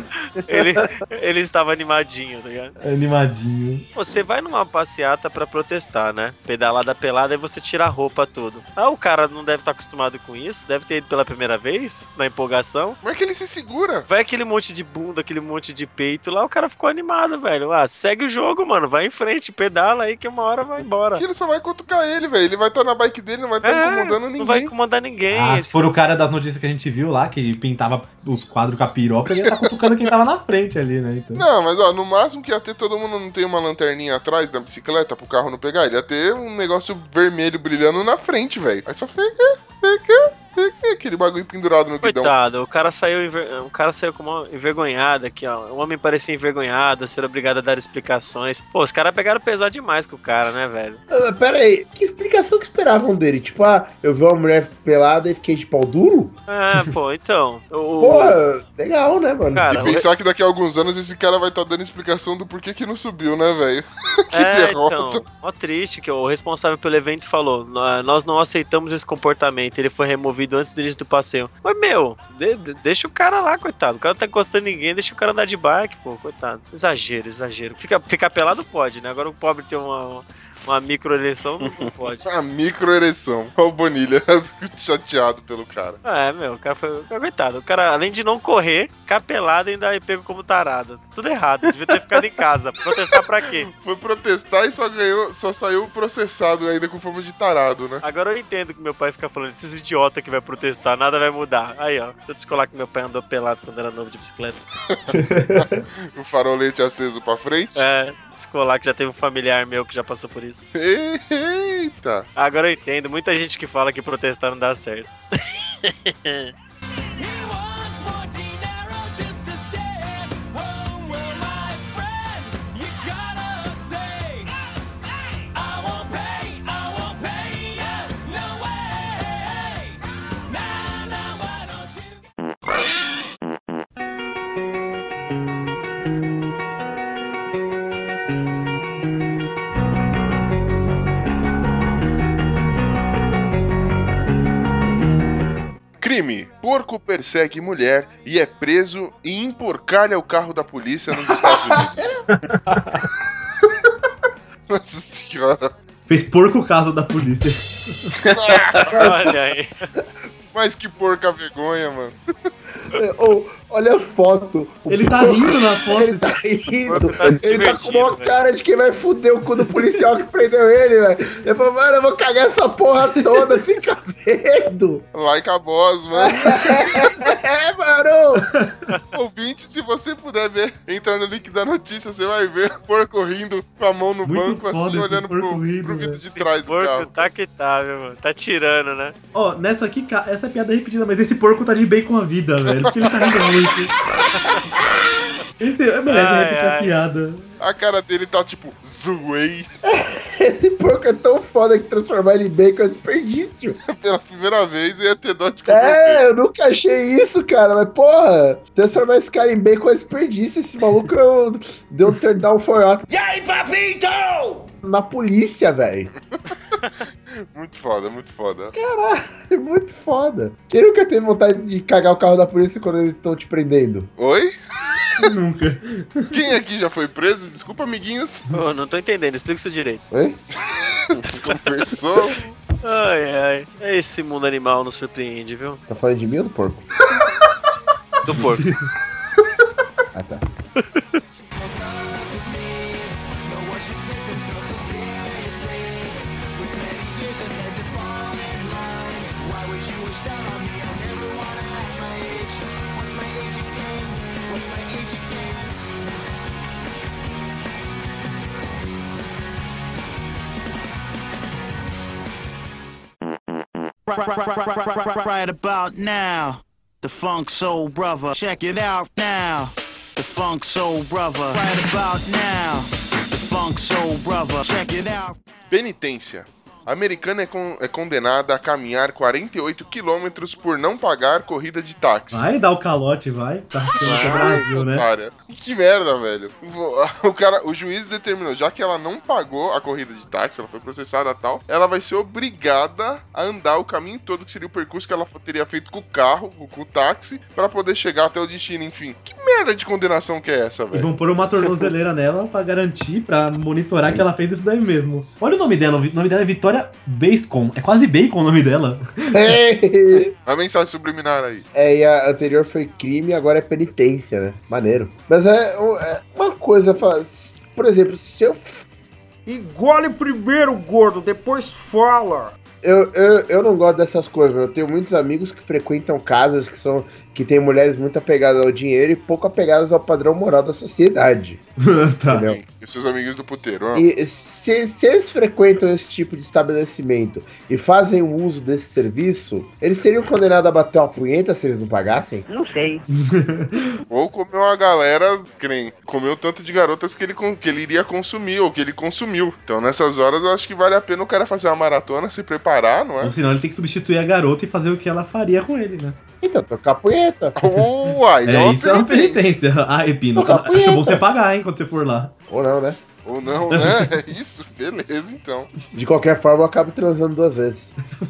Ele, ele estava animadinho, tá ligado? Animadinho. Você vai numa passeata pra protestar, né? Pedalada pelada e você tira a roupa tudo. Ah, o cara não deve estar acostumado com isso, deve ter ido pela primeira vez, na empolgação. Como é que ele se segura? Vai aquele monte de bunda, aquele monte de peito lá, o cara ficou animado, velho. Ah, segue o jogo, mano, vai em frente, pedala aí que uma hora vai embora. Ele só vai cutucar ele, velho. Ele vai estar na bike dele, não vai estar É, incomodando ninguém. não vai incomodar ninguém. Ah, se esse- for o cara das notícias que a gente viu lá, que pintava os quadros com a piroca, ele ia estar cutucando quem tava na frente ali, né? Então... Não, mas ó, no máximo que ia ter todo mundo não tem uma lanterninha atrás da bicicleta pro carro não pegar, ele ia ter um negócio vermelho brilhando na frente, velho. Aí só fica, fica, fica, aquele bagulho pendurado no guidão. Coitado, o cara saiu, enver... o cara saiu como uma envergonhado aqui, ó. O homem parecia envergonhado, ser obrigado a dar explicações. Pô, os caras pegaram pesado demais com o cara, né, velho? Ah, pera aí, que explicação que esperavam dele? Tipo, ah, eu vi uma mulher pelada e fiquei de pau duro? É, pô, então. O... Pô, legal, né, mano? Cara, E pensar que daqui a alguns anos esse cara vai estar dando explicação do porquê que não subiu, né, velho? Que é, derrota. então, ó triste que o responsável pelo evento falou, "Nó- nós não aceitamos esse comportamento, ele foi removido antes do início do passeio." Mas, meu, de- de- deixa o cara lá, coitado, o cara não tá encostando em ninguém, deixa o cara andar de bike, pô, coitado. Exagero, exagero. Fica, ficar pelado pode, né? Agora o pobre tem uma, uma microeleição, não, não pode. A microereção. Olha o Bonilha chateado pelo cara. É, meu, o cara foi coitado. O cara, além de não correr, ficar pelado ainda é pego como tarado. Tudo errado, devia ter ficado em casa. Protestar pra quê? Foi protestar e só ganhou, só saiu processado ainda com forma de tarado, né? Agora eu entendo que meu pai fica falando, esses idiota que vai protestar, nada vai mudar. Aí, ó, se eu descolar que meu pai andou pelado quando era novo de bicicleta. O farolete aceso pra frente. É, descolar que já teve um familiar meu que já passou por isso. Eita! Agora eu entendo, muita gente que fala que protestar não dá certo. Crime. Porco persegue mulher e é preso e emporcalha o carro da polícia nos Estados Unidos. Nossa senhora. Fez porco caso da polícia. Olha aí. Mas que porca vergonha, mano. Ô, olha a foto. O Ele tá rindo na foto. Ele tá rindo. Tá se Ele tá com divertindo, uma velho. cara de quem vai fuder o cu do policial que prendeu ele, velho. Ele falou, mano, eu vou cagar essa porra toda, fica vendo. Like a boss, mano. É, mano. Ouvinte, se você puder ver, entra no link da notícia, você vai ver o porco rindo com a mão no Muito banco, foda assim, esse olhando pro, porco rindo, pro vidro velho. de trás do Porco carro. tá que tá, meu mano. Tá tirando, né? Ó, nessa aqui, ca- essa piada é repetida, mas esse porco tá de bem com a vida, velho. Porque ele tá rindo muito. Esse é merece Ai, repetir a ai. piada. A cara dele tá tipo, zoei. Esse porco é tão foda que transformar ele em bacon é desperdício. Pela primeira vez eu ia ter dó de comer. É, eu nunca achei isso, cara. Mas, porra, transformar esse cara em bacon é desperdício. Esse maluco eu... deu um turn down for up. E aí, papito? Na polícia, velho. Muito foda, muito foda. É muito foda. Quem nunca teve vontade de cagar o carro da polícia quando eles estão te prendendo? Oi? Nunca. Quem aqui já foi preso? Desculpa, amiguinhos. Ô, não tô entendendo, explica isso direito. Oi? Conversou. Ai, ai. Esse mundo animal nos surpreende, viu? Tá falando de mim ou do porco? Do porco. Ah, tá. Right about now, the Funk Soul Brother. Check it out now, the Funk Soul Brother. Right about now, the Funk Soul Brother. Check it out. Penitência. A americana é, con- é condenada a caminhar quarenta e oito quilômetros por não pagar corrida de táxi. Vai dar o calote, vai. Tá ficando no Brasil, né? Cara, que merda, velho. O, cara, o juiz determinou, já que ela não pagou a corrida de táxi, ela foi processada e tal, ela vai ser obrigada a andar o caminho todo, que seria o percurso que ela teria feito com o carro, com o táxi, pra poder chegar até o destino, enfim. Que merda de condenação que é essa, E velho? vão pôr uma tornozeleira nela pra garantir, pra monitorar que ela fez isso daí mesmo. Olha o nome dela, o nome dela é Vitória Bacon. É quase bacon o nome dela. A mensagem subliminar aí. É, e a anterior foi crime, agora é penitência, né? Maneiro. Mas é, é uma coisa, fala- por exemplo, se eu, Engole primeiro, gordo, depois fala. eu, eu, eu não gosto dessas coisas, eu tenho muitos amigos que frequentam casas que são que tem mulheres muito apegadas ao dinheiro e pouco apegadas ao padrão moral da sociedade. Tá. Entendeu? E seus amigos do puteiro, ó. E se, se eles frequentam esse tipo de estabelecimento e fazem o uso desse serviço, eles seriam condenados a bater uma punheta se eles não pagassem? Não sei. Ou comeu uma galera, que nem comeu tanto de garotas que ele, con- que ele iria consumir, ou que ele consumiu. Então nessas horas eu acho que vale a pena o cara fazer uma maratona, se preparar, não é? Ou senão ele tem que substituir a garota e fazer o que ela faria com ele, né? Então, tocar punheta. Uai, É, isso é uma penitência. Ah, Epino, Tocar acho punheta. bom você pagar, hein, quando você for lá. Ou não, né? Ou não, né? É isso, beleza, então. De qualquer forma, eu acabo transando duas vezes.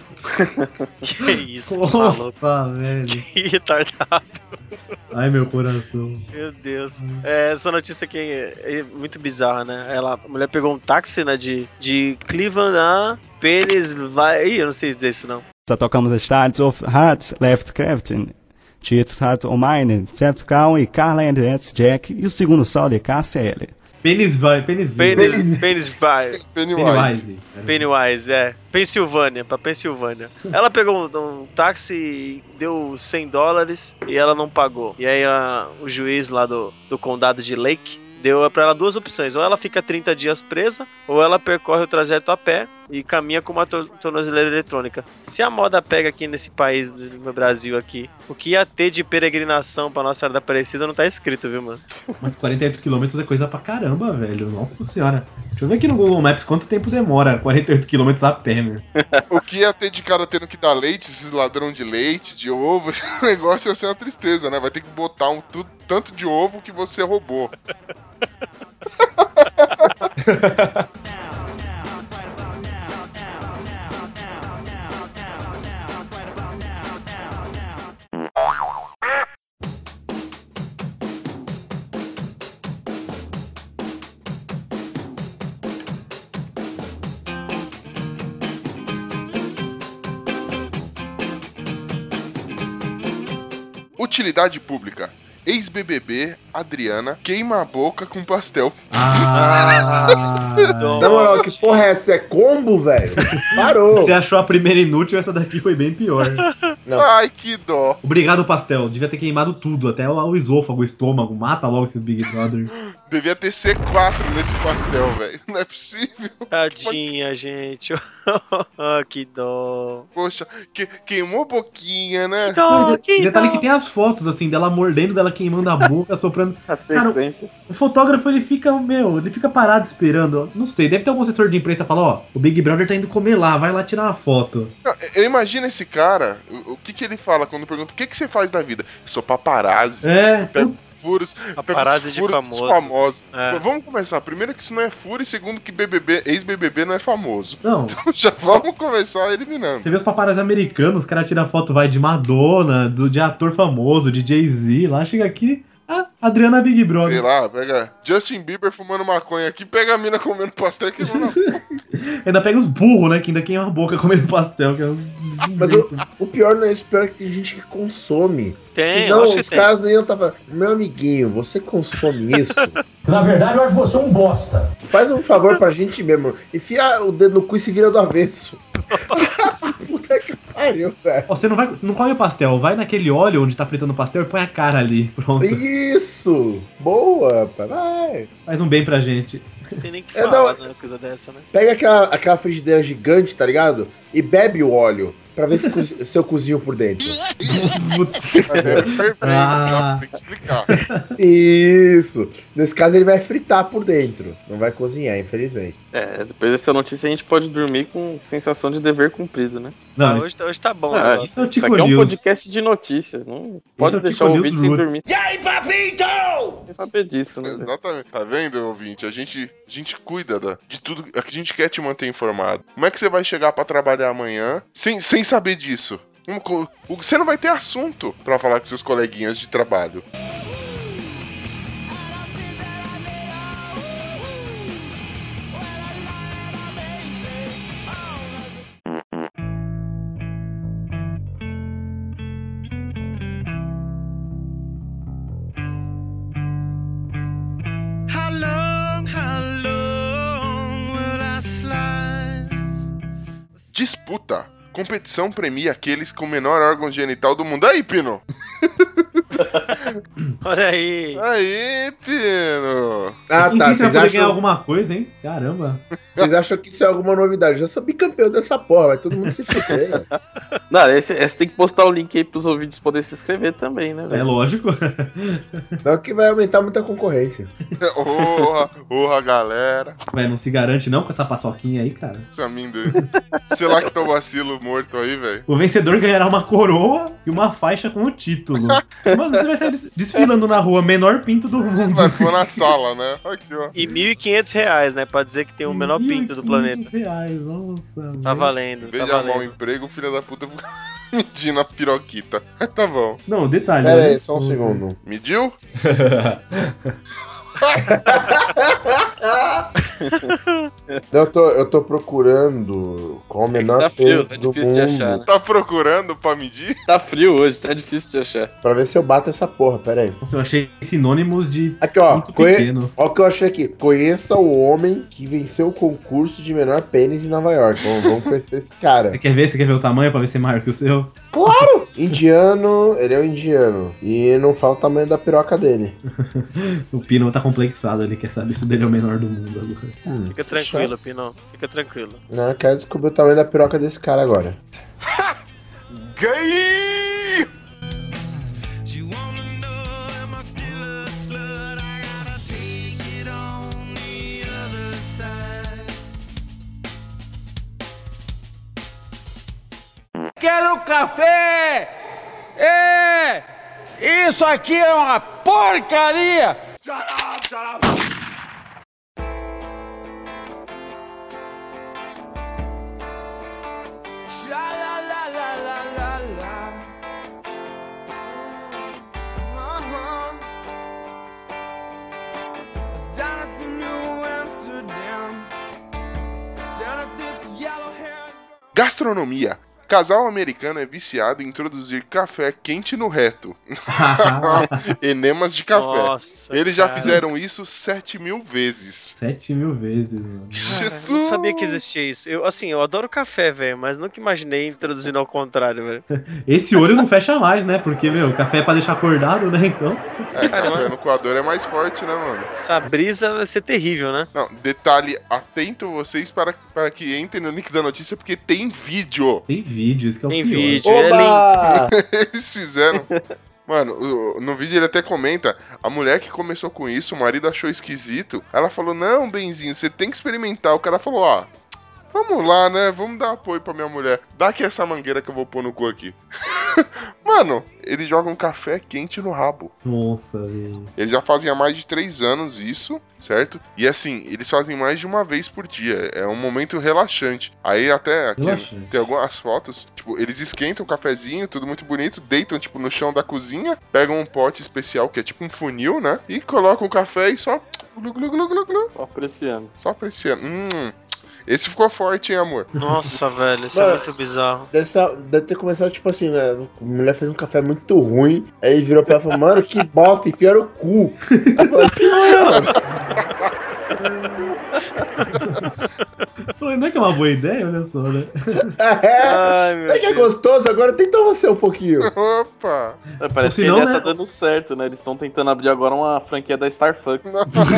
Que isso, que maluco. Nossa, velho. Que retardado. Ai, meu coração. Meu Deus. É, essa notícia aqui é, é muito bizarra, né? Ela, a mulher pegou um táxi, né, de, de Cleveland a Pennsylvania. Ih, eu não sei dizer isso, não. Já tocamos as tardes of Hearts, Left Crafting, Tietz Hart O'Mine, Jeff Cown e Carla Andrews Jack e o segundo sol de K C L. Pênis vai, pênis vai. Pennis, Pennsylvania. Pennywise. Pennywise. Pennywise, é. Pensilvânia, pra Pensilvânia. Ela pegou um, um táxi e deu cem dólares e ela não pagou. E aí a, o juiz lá do, do condado de Lake deu pra ela duas opções. Ou ela fica trinta dias presa, ou ela percorre o trajeto a pé e caminha com uma tor- tornozeleira eletrônica. Se a moda pega aqui nesse país, no Brasil aqui, o que ia ter de peregrinação pra Nossa Senhora da Aparecida não tá escrito, viu, mano? Mas quarenta e oito quilômetros é coisa pra caramba, velho. Nossa senhora. Deixa eu ver aqui no Google Maps quanto tempo demora quarenta e oito quilômetros a pé, meu. O que ia ter de cara tendo que dar leite, esses ladrão de leite, de ovo, o negócio ia ser uma tristeza, né? Vai ter que botar um tu- tanto de ovo que você roubou. Utilidade pública. Ex-B B B, Adriana, queima a boca com pastel. Ah, Na moral, que porra é essa? É combo, velho? Parou. você achou a primeira inútil, essa daqui foi bem pior. Não. Ai, que dó. Obrigado, pastel. Devia ter queimado tudo, até o, o esôfago, o estômago. Mata logo esses Big Brother. Devia ter C quatro nesse pastel, velho. Não é possível. Tadinha, gente. Ah, que dó. Poxa, que, queimou a boquinha, né? Que dó, Não, e que detalhe dó. que tem as fotos, assim, dela mordendo, dela queimando a boca, soprando. A sequência. O fotógrafo, ele fica, meu, ele fica parado esperando. Não sei, deve ter algum assessor de imprensa que fala, ó, o Big Brother tá indo comer lá, vai lá tirar uma foto. Não, eu imagino esse cara, o, o que que ele fala quando pergunta o que que você faz da vida? Eu sou paparazzi. É, Pego, furos. Paparazzi de furos famoso. famosos. É. Vamos começar. Primeiro que isso não é furo e segundo que B B B, ex-B B B não é famoso. Não. Então já vamos começar eliminando. Você vê os paparazzi americanos, os caras tiram foto, vai, de Madonna, do, de ator famoso, de Jay-Z, lá chega aqui, ah, Adriana Big Sei Brother. lá, pega Justin Bieber fumando maconha aqui, pega a mina comendo pastel que não. Ainda pega os burros, né, que ainda queima a boca comendo pastel. Que é um... Mas o, o pior não é isso, o pior é que tem gente que consome. Tem, Senão, eu acho que os tem. caras nem iam estar falando, meu amiguinho, você consome isso? Na verdade, eu acho você um bosta. Faz um favor pra gente mesmo. Enfia o dedo no cu e se vira do avesso. Puta que pariu, velho. Ó, você não, vai, não come pastel, vai naquele óleo onde tá fritando o pastel e põe a cara ali, pronto. Isso! Boa, pai, vai. Faz um bem pra gente. Não tem nem que É, falar não. né, coisa dessa, né? Pega aquela, aquela frigideira gigante, tá ligado? E bebe o óleo. Pra ver se, cozi- se eu cozinho por dentro. É perfeito, Ah. tem que explicar. Isso! Nesse caso ele vai fritar por dentro. Não vai cozinhar, infelizmente. É, depois dessa notícia a gente pode dormir com sensação de dever cumprido, né? Não, Ah, isso, hoje, tá- hoje tá bom, Ah, o negócio. isso é o Isso Tico aqui é um News. podcast de notícias, não pode é o deixar o Tico ouvinte News sem Roots. dormir. E aí, papito? Sem saber disso, né? velho? Exatamente. Tá vendo, ouvinte? A gente, a gente cuida da, de tudo. A gente quer te manter informado. Como é que você vai chegar pra trabalhar amanhã sem, sem saber disso? Um co- o- Você não vai ter assunto pra falar com seus coleguinhas de trabalho. How long, how long will I slide? Disputa. Competição premia aqueles com o menor órgão genital do mundo. Aí, Pino! Olha aí. Aí, Pino! Ah, Quem tá. que você vai Vocês poder ganhar acham, alguma coisa, hein? Caramba. vocês acham que isso é alguma novidade? Eu já sou bicampeão dessa porra, vai todo mundo se fuder. Não, esse, esse tem que postar o link aí pros ouvintes poderem se inscrever também, né, É velho? lógico. Não que vai aumentar muita concorrência. Porra, porra, galera. Ué, não se garante não com essa paçoquinha aí, cara. Esse amendoim. Sei lá que tá o vacilo morto aí, velho. O vencedor ganhará uma coroa e uma faixa com o título. Mano, você vai sair des- desfilando na rua, menor pinto do mundo. Vai pôr na sala, né? Aqui, ó. E mil e quinhentos reais, né? Pra dizer que tem o menor pinto do planeta. mil e quinhentos reais, nossa. Tá velho. valendo, Em tá vez de arrumar um valendo. emprego, o filho da puta fica medindo a piroquita. Tá bom. Não, detalhe. Pera olha aí, só um só. segundo. Mediu? Eu tô, eu tô procurando qual o menor Tá frio, pênis tá do difícil de achar, mundo né? Tá procurando pra medir? Tá frio hoje, tá difícil de achar. pra ver se eu bato essa porra, pera aí. Nossa, eu achei sinônimos de Aqui, ó. muito Conhe... pequeno. Ó o que eu achei aqui. Conheça o homem que venceu o concurso de menor pênis de Nova York. Vamos, vamos conhecer esse cara. Você quer ver? Você quer ver o tamanho pra ver se é maior que o seu? Indiano, ele é um indiano. E não fala o tamanho da piroca dele. O Pino tá complexado, ele quer saber se o dele é o menor do mundo agora. Hum, Fica tranquilo, Pino. Fica tranquilo. Não, eu quero descobrir o tamanho da piroca desse cara agora. Gay! She wanna know am I still a slut? I gotta take it on the other side. Quero café! É! Isso aqui é uma porcaria! Sha la la la la la la. Uh-huh. Was down at the New Amsterdam. Stared at this yellow-haired girl. Gastronomia. Casal americano é viciado em introduzir café quente no reto. Enemas de café. Nossa. Eles já cara. fizeram isso sete mil vezes. Sete mil vezes, mano. Cara, eu Jesus! não sabia que existia isso. Eu, assim, eu adoro café, velho, mas nunca imaginei introduzindo ao contrário, velho. Esse olho não fecha mais, né? Porque, meu, café é pra deixar acordado, né? Então. É, Caramba. café no coador é mais forte, né, mano? Essa brisa vai ser terrível, né? Não, detalhe, atento vocês para, para que entrem no link da notícia, porque tem vídeo. Tem vídeo, isso que é o Tem pior. vídeo, é lindo. Oba! Eles fizeram. Mano, o- no vídeo ele até comenta, a mulher que começou com isso, o marido achou esquisito. Ela falou, não, benzinho, você tem que experimentar. O cara falou, ó, vamos lá, né? Vamos dar apoio pra minha mulher. Dá aqui essa mangueira que eu vou pôr no cu aqui. Mano, eles jogam café quente no rabo. Nossa, velho. Eles já fazem há mais de três anos isso, certo? E assim, eles fazem mais de uma vez por dia. É um momento relaxante. Aí até aqui Relaxante. tem algumas fotos, tipo, eles esquentam o cafezinho, tudo muito bonito, deitam, tipo, no chão da cozinha, pegam um pote especial, que é tipo um funil, né? E colocam o café e só... Glu, glu, glu, glu, glu. Só apreciando. Só apreciando. Hum... Esse ficou forte, hein, amor? Nossa, velho, isso Mano, é muito bizarro. Deve, ser- deve ter começado, tipo assim, né? A mulher fez um café muito ruim. Aí ele virou pra ela e falou, mano, que bosta, enfiaram o cu. Ela falou, Falei, não é que é uma boa ideia? Olha só, né? é, Ai, meu é que é Deus. gostoso, agora tenta você um pouquinho. Opa! É, parece Ou senão, que a ideia né? tá dando certo, né? Eles estão tentando abrir agora uma franquia da Starfuck.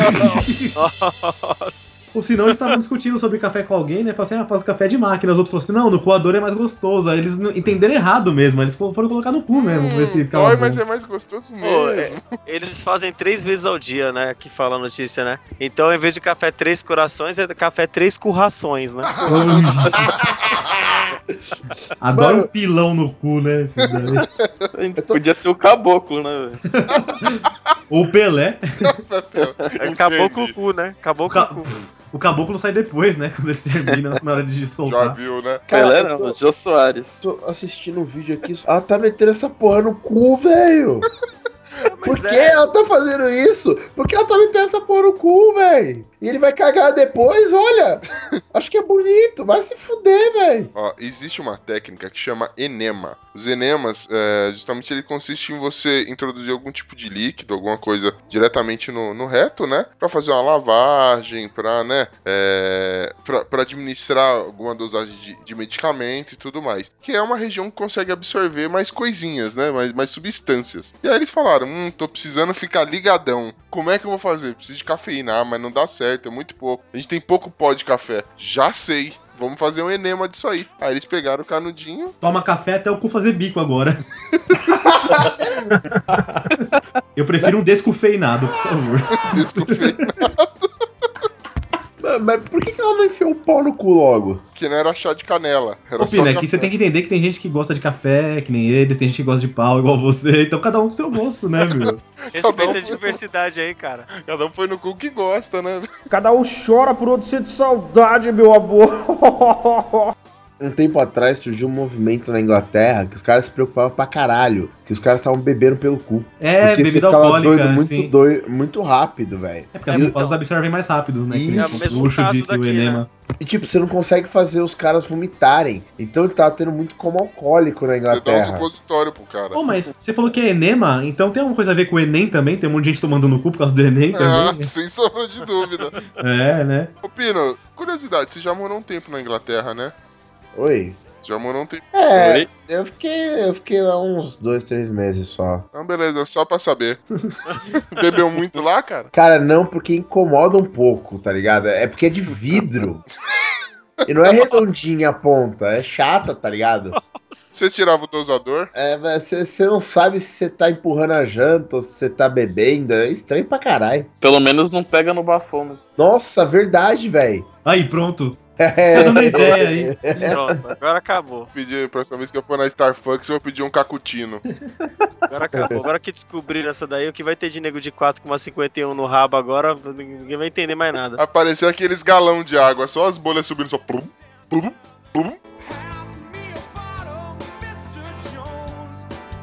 Nossa. Ou senão eles estavam discutindo sobre café com alguém, né? Falaram assim, ah, faz café de máquina. Os outros falaram assim, não, no coador é mais gostoso. Aí eles não- entenderam errado mesmo. Eles foram colocar no cu mesmo, ver se ficava Dói, bom. mas é mais gostoso Pô, é- mesmo. eles fazem três vezes ao dia, né? Que fala a notícia, né? Então, em vez de café três corações, é café três currações, né? Adoro Mano. um pilão no cu, né? Esses daí. Podia ser o caboclo, né, velho? Ou o Pelé. Acabou com o cu, né? Acabou com o cu. O caboclo sai depois, né? Quando eles terminam, na hora de Já soltar. viu, né? Pelé eu não, tô- Jô Soares. Tô assistindo um vídeo aqui. Ela tá metendo essa porra no cu, velho. Por que é. ela tá fazendo isso? Por que ela tá metendo essa porra no cu, velho? E ele vai cagar depois, olha. Acho que é bonito. Vai se fuder, velho. Ó, existe uma técnica que chama enema. Os enemas, é, justamente ele consiste em você introduzir algum tipo de líquido, alguma coisa diretamente no, no reto, né? Pra fazer uma lavagem, pra, né? É, pra, pra administrar alguma dosagem de, de medicamento e tudo mais. Que é uma região que consegue absorver mais coisinhas, né? Mais, mais substâncias. E aí eles falaram, hum, tô precisando ficar ligadão. Como é que eu vou fazer? Preciso de cafeína, ah, mas não dá certo, é muito pouco. A gente tem pouco pó de café. Já sei. Vamos fazer um enema disso aí. Aí eles pegaram o canudinho. Toma café até o cu fazer bico agora. Eu prefiro um descofeinado, por favor. Desculpa, Mas, mas por que que ela não enfiou o pau no cu logo? que não era chá de canela. Era Ô, só Pina, é café. que você tem que entender que tem gente que gosta de café, que nem eles, tem gente que gosta de pau, igual você. Então cada um com seu gosto, né, meu? Respeita a diversidade aí, cara. Cada um foi no cu que gosta, né? Cada um chora por outro sente saudade, meu amor. Um tempo atrás surgiu um movimento na Inglaterra que os caras se preocupavam pra caralho. Que os caras estavam bebendo pelo cu. É, Porque você bebida ficava alcoólica, doido muito, assim. doido, muito rápido, velho. É porque as E- mucosas absorvem mais rápido, né? Que Isso. nem É o mesmo o Luxo caso disse, o daqui, enema. E tipo, você não consegue fazer os caras vomitarem. Então ele tava tendo muito como alcoólico na Você dá um Inglaterra. supositório pro cara. Pô, mas você falou que é enema, então tem alguma coisa a ver com o Enem também? Tem um monte de gente tomando no cu por causa do Enem Ah, também? sem sombra de dúvida. É, né? Ô, Pino, curiosidade, você já morou um tempo na Inglaterra, né? Oi? Você já morou um tempo. É, Oi? eu fiquei, eu fiquei lá uns dois, três meses só. Então, beleza, só pra saber. Bebeu muito lá, cara? Cara, não, porque incomoda um pouco, tá ligado? É porque é de vidro. E não é redondinha a ponta, é chata, tá ligado? Você tirava o dosador? É, você não sabe se você tá empurrando a janta ou se você tá bebendo. É estranho pra caralho. Pelo menos não pega no bafômetro. Nossa, verdade, velho. Aí, pronto. É, Tá dando ideia aí. Pronto, agora acabou. Pedir, a próxima vez que eu for na Starfucks, eu vou pedir um cacutino. Agora acabou. Agora que descobriram essa daí, o que vai ter de nego de quatro com uma cinquenta e um no rabo agora, ninguém vai entender mais nada. Aparecer aqueles galão de água, só as bolhas subindo, só. Plum, plum, plum. Pass me a bottle, mister Jones.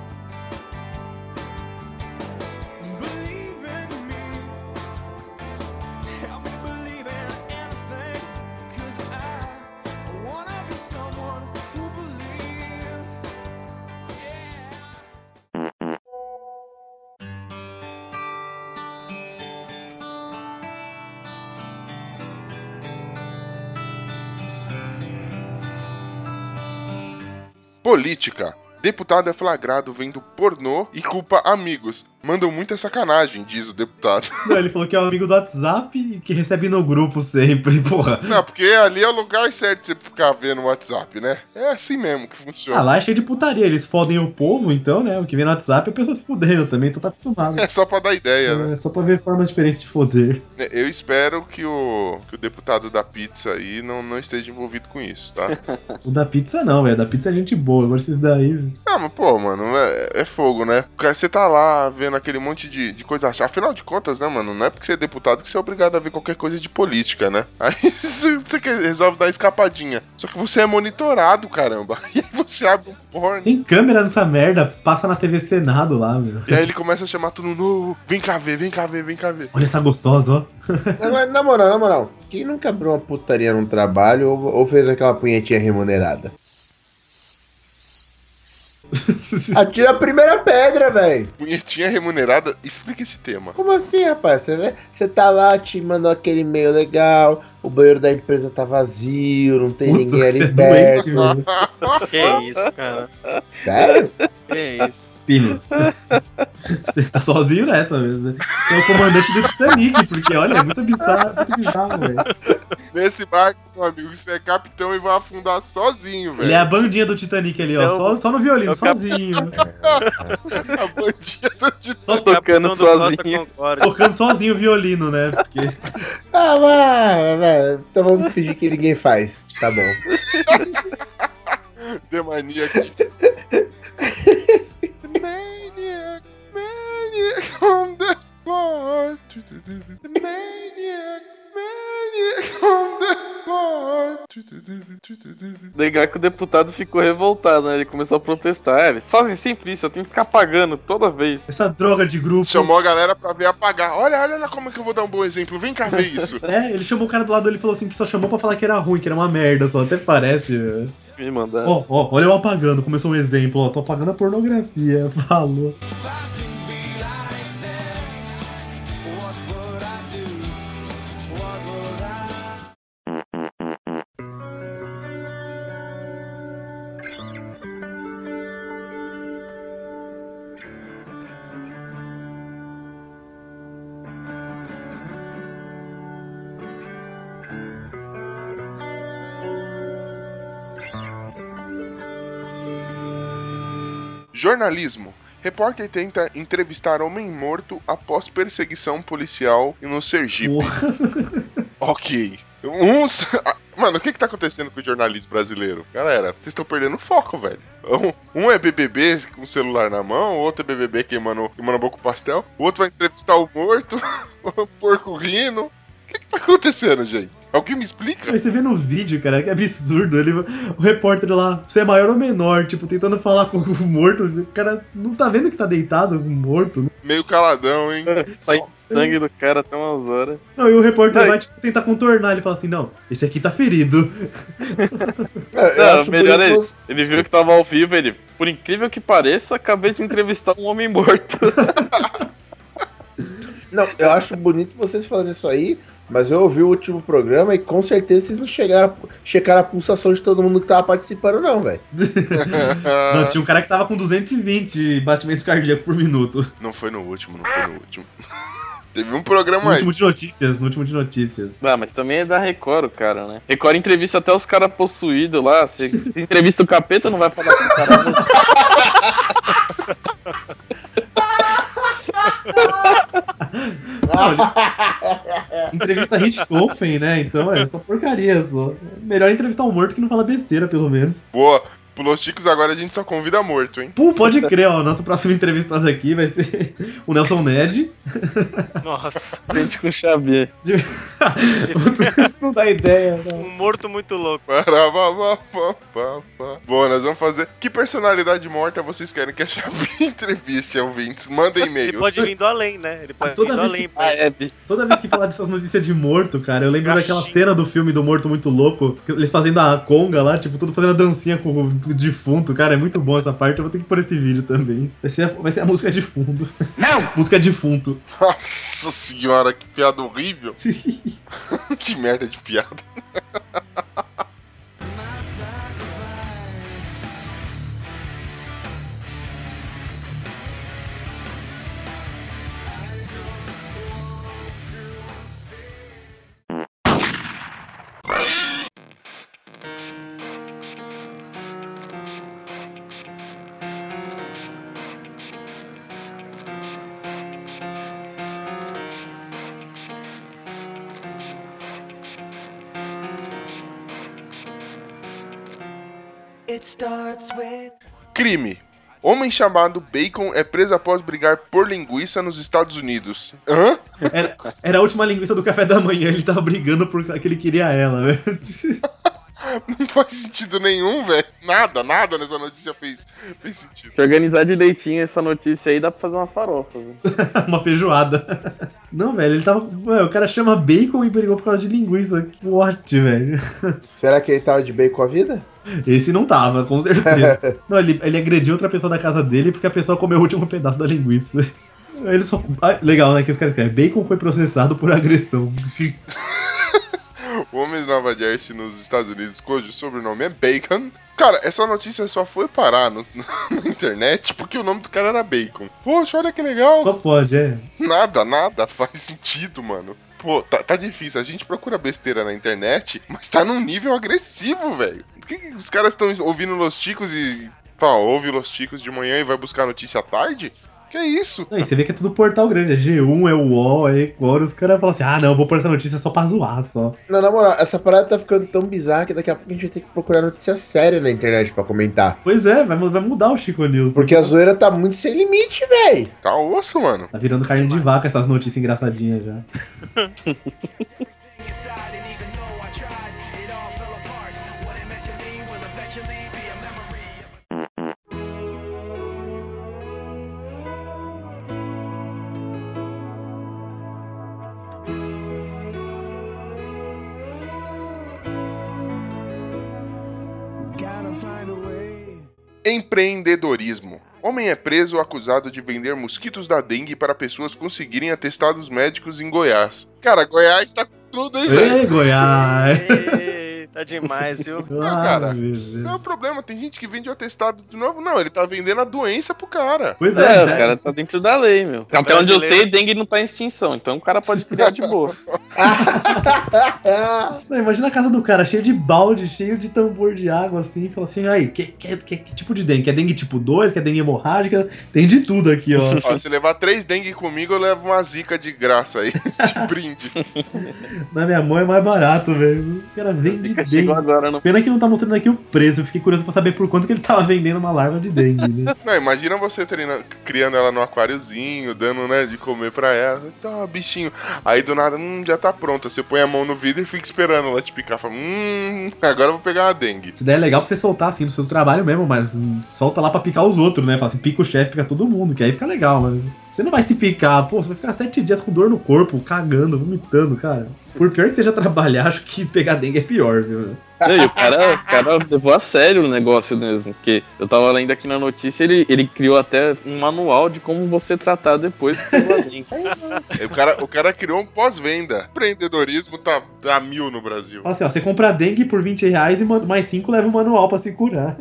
Believe in me. Help me believe in anything. 'Cause I wanna be someone who believes. Yeah. Política. Deputado é flagrado vendo pornô e culpa amigos. mandam muita sacanagem, diz o deputado. Não, ele falou que é um amigo do WhatsApp e que recebe no grupo sempre, porra. Não, porque ali é o lugar certo de você ficar vendo o WhatsApp, né? É assim mesmo que funciona. Ah, lá é cheio de putaria, eles fodem o povo, então, né? O que vem no WhatsApp é a pessoa se fudendo também, então tá acostumado. É só pra dar ideia, né? É só pra ver formas diferentes de foder. Eu espero que o, que o deputado da pizza aí não, não esteja envolvido com isso, tá? O da pizza não, velho. Da pizza é gente boa, agora esses daí. Véio. Ah, mas pô, mano, é, é fogo, né? Você tá lá vendo aquele monte de, de coisa achar. Afinal de contas, né, mano? Não é porque você é deputado que você é obrigado a ver qualquer coisa de política, né? Aí você resolve dar escapadinha. Só que você é monitorado, caramba. E aí você abre um porno. Tem câmera nessa merda, passa na T V Senado lá, meu. E aí ele começa a chamar todo mundo. Vem cá ver, vem cá ver, vem cá ver. Olha essa gostosa, ó. Mas, na moral, na moral, quem nunca abriu uma putaria num trabalho ou, ou fez aquela punhetinha remunerada? Atira a primeira pedra, velho. Punhetinha remunerada? Explica esse tema. Como assim, rapaz? Você, você tá lá, te mandou aquele e-mail legal, o banheiro da empresa tá vazio, não tem Puta, ninguém ali é perto. doente, Que isso, cara. Sério? Que isso. Filho, você tá sozinho nessa mesmo. É o comandante do Titanic, porque olha, é muito bizarro, muito bizarro, velho. Nesse barco, meu amigo, você é capitão e vai afundar sozinho, velho. Ele é a bandinha do Titanic ali, ó, só, só no violino, sozinho. A bandinha do Titanic. Só tocando sozinho. Tocando sozinho o violino, né? Porque... Ah, vai, vai. Então vamos fingir que ninguém faz. Tá bom. The Maniac. Maniac, Maniac on the floor. The Maniac, Maniac on the floor. Legal que o deputado ficou revoltado, né? Ele começou a protestar. É, eles fazem sempre isso, eu tenho que ficar pagando toda vez. Essa droga de grupo. Chamou a galera pra ver apagar. Olha, olha lá como é que eu vou dar um bom exemplo. Vem cá ver isso. É, ele chamou o cara do lado dele e falou assim que só chamou pra falar que era ruim, que era uma merda, só até parece, velho. Me mandaram. Ó, ó, olha eu apagando, começou um exemplo, ó, tô apagando a pornografia, falou. Jornalismo. Repórter tenta entrevistar homem morto após perseguição policial no Sergipe. Ok. Uns... Mano, o que que tá acontecendo com o jornalismo brasileiro? Galera, vocês estão perdendo foco, velho. Um, um é B B B com o celular na mão, o outro é B B B queimando, queimando a boca com pastel, o outro vai entrevistar o morto, o porco rindo. O que que tá acontecendo, gente? Alguém me explica? Mas você vê no vídeo, cara, que absurdo. Ele, o repórter lá, você é maior ou menor? Tipo, tentando falar com o morto. O cara não tá vendo que tá deitado, morto. Né? Meio caladão, hein? Sai sangue do cara até umas horas. Não, e o repórter Ai. vai tipo, tentar contornar. Ele fala assim: não, esse aqui tá ferido. É, não, melhor é ele, ele viu que tava ao vivo. Ele, por incrível que pareça, acabei de entrevistar um homem morto. Não, eu acho bonito vocês falando isso aí. Mas eu ouvi o último programa e com certeza vocês não chegaram a checar a pulsação de todo mundo que tava participando, não, velho. Não, tinha um cara que tava com duzentos e vinte batimentos cardíacos por minuto. Não foi no último, não foi no último. Teve um programa no aí. No último de notícias, no último de notícias. Ah, mas também é da Record, o cara, né? Record entrevista até os caras possuídos lá. Você entrevista o capeta, não vai falar com o cara. Não, entrevista Richthofen, né? Então é só porcaria só. Melhor entrevistar um morto que não fala besteira, pelo menos. Boa. Pros Chicos agora a gente só convida morto, hein? Pô, pode crer, ó. Nosso próximo entrevistado aqui vai ser o Nelson Ned. Nossa. Gente com Xavier. Não dá ideia, não. Um morto muito louco. Bom, nós vamos fazer... Que personalidade morta vocês querem que a Xavier entreviste, ouvintes? Mandem e-mail. Ele pode vir do além, né? Ele pode toda vir do vez além. Que... Ah, é. Toda vez que falar dessas notícias de morto, cara, eu lembro Graxinho. daquela cena do filme do Morto Muito Louco, eles fazendo a conga lá, tipo, tudo fazendo a dancinha com o defunto. Cara, é muito bom essa parte, eu vou ter que pôr esse vídeo também. Vai ser a, vai ser a música de fundo. Não! Música defunto. Nossa senhora, que piada horrível. Que merda de piada. It starts with... Crime. Homem chamado Bacon é preso após brigar por linguiça nos Estados Unidos. Hã? Era, era a última linguiça do café da manhã, ele tava brigando porque ele queria ela, velho. Não faz sentido nenhum, velho. Nada, nada nessa notícia fez, fez sentido. Se organizar direitinho essa notícia aí, dá pra fazer uma farofa, velho. Uma feijoada. Não, velho, ele tava... Ué, o cara chama Bacon e brigou por causa de linguiça. Que morte, velho. Será que ele tava de bacon a vida? Esse não tava, com certeza. Não, ele, ele agrediu outra pessoa da casa dele porque a pessoa comeu o último pedaço da linguiça. Ele só... Ah, legal, né, que os caras escrevem. Bacon foi processado por agressão. O homem de Nova Jersey nos Estados Unidos, cujo sobrenome é Bacon. Cara, essa notícia só foi parar no, na internet porque o nome do cara era Bacon. Poxa, olha que legal. Só pode, é. Nada, nada faz sentido, mano. Pô, tá, tá difícil. A gente procura besteira na internet, mas tá num nível agressivo, velho. Por que, que os caras estão ouvindo Los Ticos e... Pá, ouve Los Ticos de manhã e vai buscar notícia à tarde? Que é isso? Não, e você vê que é tudo portal grande, é G um, é o U O L, é Ecora, os caras falam assim, ah não, vou pôr essa notícia só pra zoar, só. Não, na moral, essa parada tá ficando tão bizarra que daqui a pouco a gente vai ter que procurar notícia séria na internet pra comentar. Pois é, vai, vai mudar o Chico News. Porque a zoeira tá muito sem limite, véi. Tá osso, mano. Tá virando carne de vaca essas notícias engraçadinhas já. Empreendedorismo. Homem é preso acusado de vender mosquitos da dengue para pessoas conseguirem atestados médicos em Goiás. Cara, Goiás tá com tudo, hein, velho? Ei, Goiás! Ei, tá demais, viu? Não, cara, não é o problema. Tem gente que vende o atestado de novo. Não, ele tá vendendo a doença pro cara. Pois É, é, o cara tá dentro da lei, meu. Até onde eu sei, dengue não tá em extinção, então o cara pode criar de boa. Não, imagina a casa do cara cheia de balde, cheio de tambor de água, assim, e fala assim, aí, que, que, que, que tipo de dengue? Quer dengue tipo dois? Quer dengue hemorrágica? Tem de tudo aqui, ó. Ó, se levar três dengue comigo, eu levo uma zica de graça aí, de brinde. Na minha mão é mais barato, velho. O cara vende dengue. Chegou agora no... Pena que não tá mostrando aqui o preço, eu fiquei curioso pra saber por quanto que ele tava vendendo uma larva de dengue, né? Não, imagina você treinando, criando ela no aquáriozinho, dando, né, de comer pra ela. Tá, bichinho. Aí do nada, hum, já tá pronta. Você põe a mão no vidro e fica esperando ela te picar. Fala, hum, agora eu vou pegar uma dengue. Isso daí é legal pra você soltar, assim, no seu trabalho mesmo, mas hum, solta lá pra picar os outros, né? Fala assim, pica o chefe, pica todo mundo, que aí fica legal, mas... Você não vai se picar, pô, você vai ficar sete dias com dor no corpo, cagando, vomitando, cara. Por pior que seja trabalhar, acho que pegar dengue é pior, viu? Não, e o cara, o cara levou a sério o negócio mesmo, porque eu tava lendo aqui na notícia, ele, ele criou até um manual de como você tratar depois que pegou a dengue. o, cara, o cara criou um pós-venda. Empreendedorismo tá a mil no Brasil. Fala assim, ó, você compra dengue por vinte reais e mais cinco leva o manual pra se curar.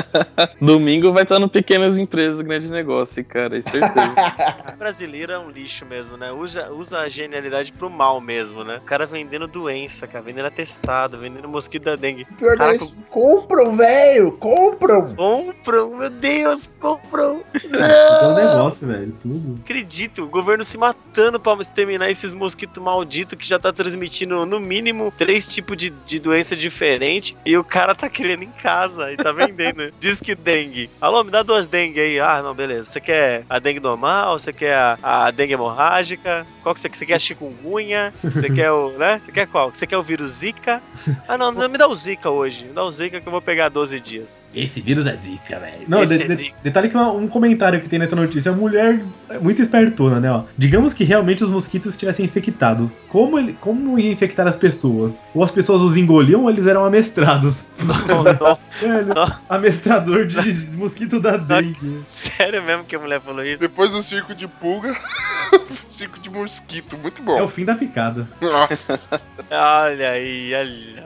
Domingo vai estar no Pequenas Empresas, Grande Negócio, cara, é certeza. O brasileiro é um lixo mesmo, né? Usa, usa a genialidade pro mal mesmo, né? O cara vendendo doença, cara, vendendo atestado, vendendo mosquito da dengue. Pior Caraca, é isso. Compram, velho, compram. Compram, meu Deus, compram. É um negócio, velho, tudo. Acredito, o governo se matando pra exterminar esses mosquitos malditos que já tá transmitindo no mínimo três tipos de, de doença diferente e o cara tá criando em casa e tá vendendo. Diz que dengue. Alô, me dá duas dengue aí. Ah, não, beleza. Você quer a dengue normal? Você quer a, a dengue hemorrágica? Qual que você quer? Você quer a chikungunya? Você quer o, né? Você quer qual? Você quer o vírus Zika? Ah, não, não me dá o Zika hoje. Me dá o Zika que eu vou pegar doze dias. Esse vírus é Zika, velho. Não, Esse de, é de, Zika. detalhe que uma, um comentário que tem nessa notícia, a mulher é muito espertona, né, ó. Digamos que realmente os mosquitos estivessem infectados. Como, ele, como ia infectar as pessoas? Ou as pessoas os engoliam ou eles eram amestrados? Não, não. Velho, Não. amestrador de mosquito da dengue. Sério mesmo que a mulher falou isso? Depois do circo de pulga, circo de mosquito. Muito bom. É o fim da picada. Nossa. Olha aí, olha.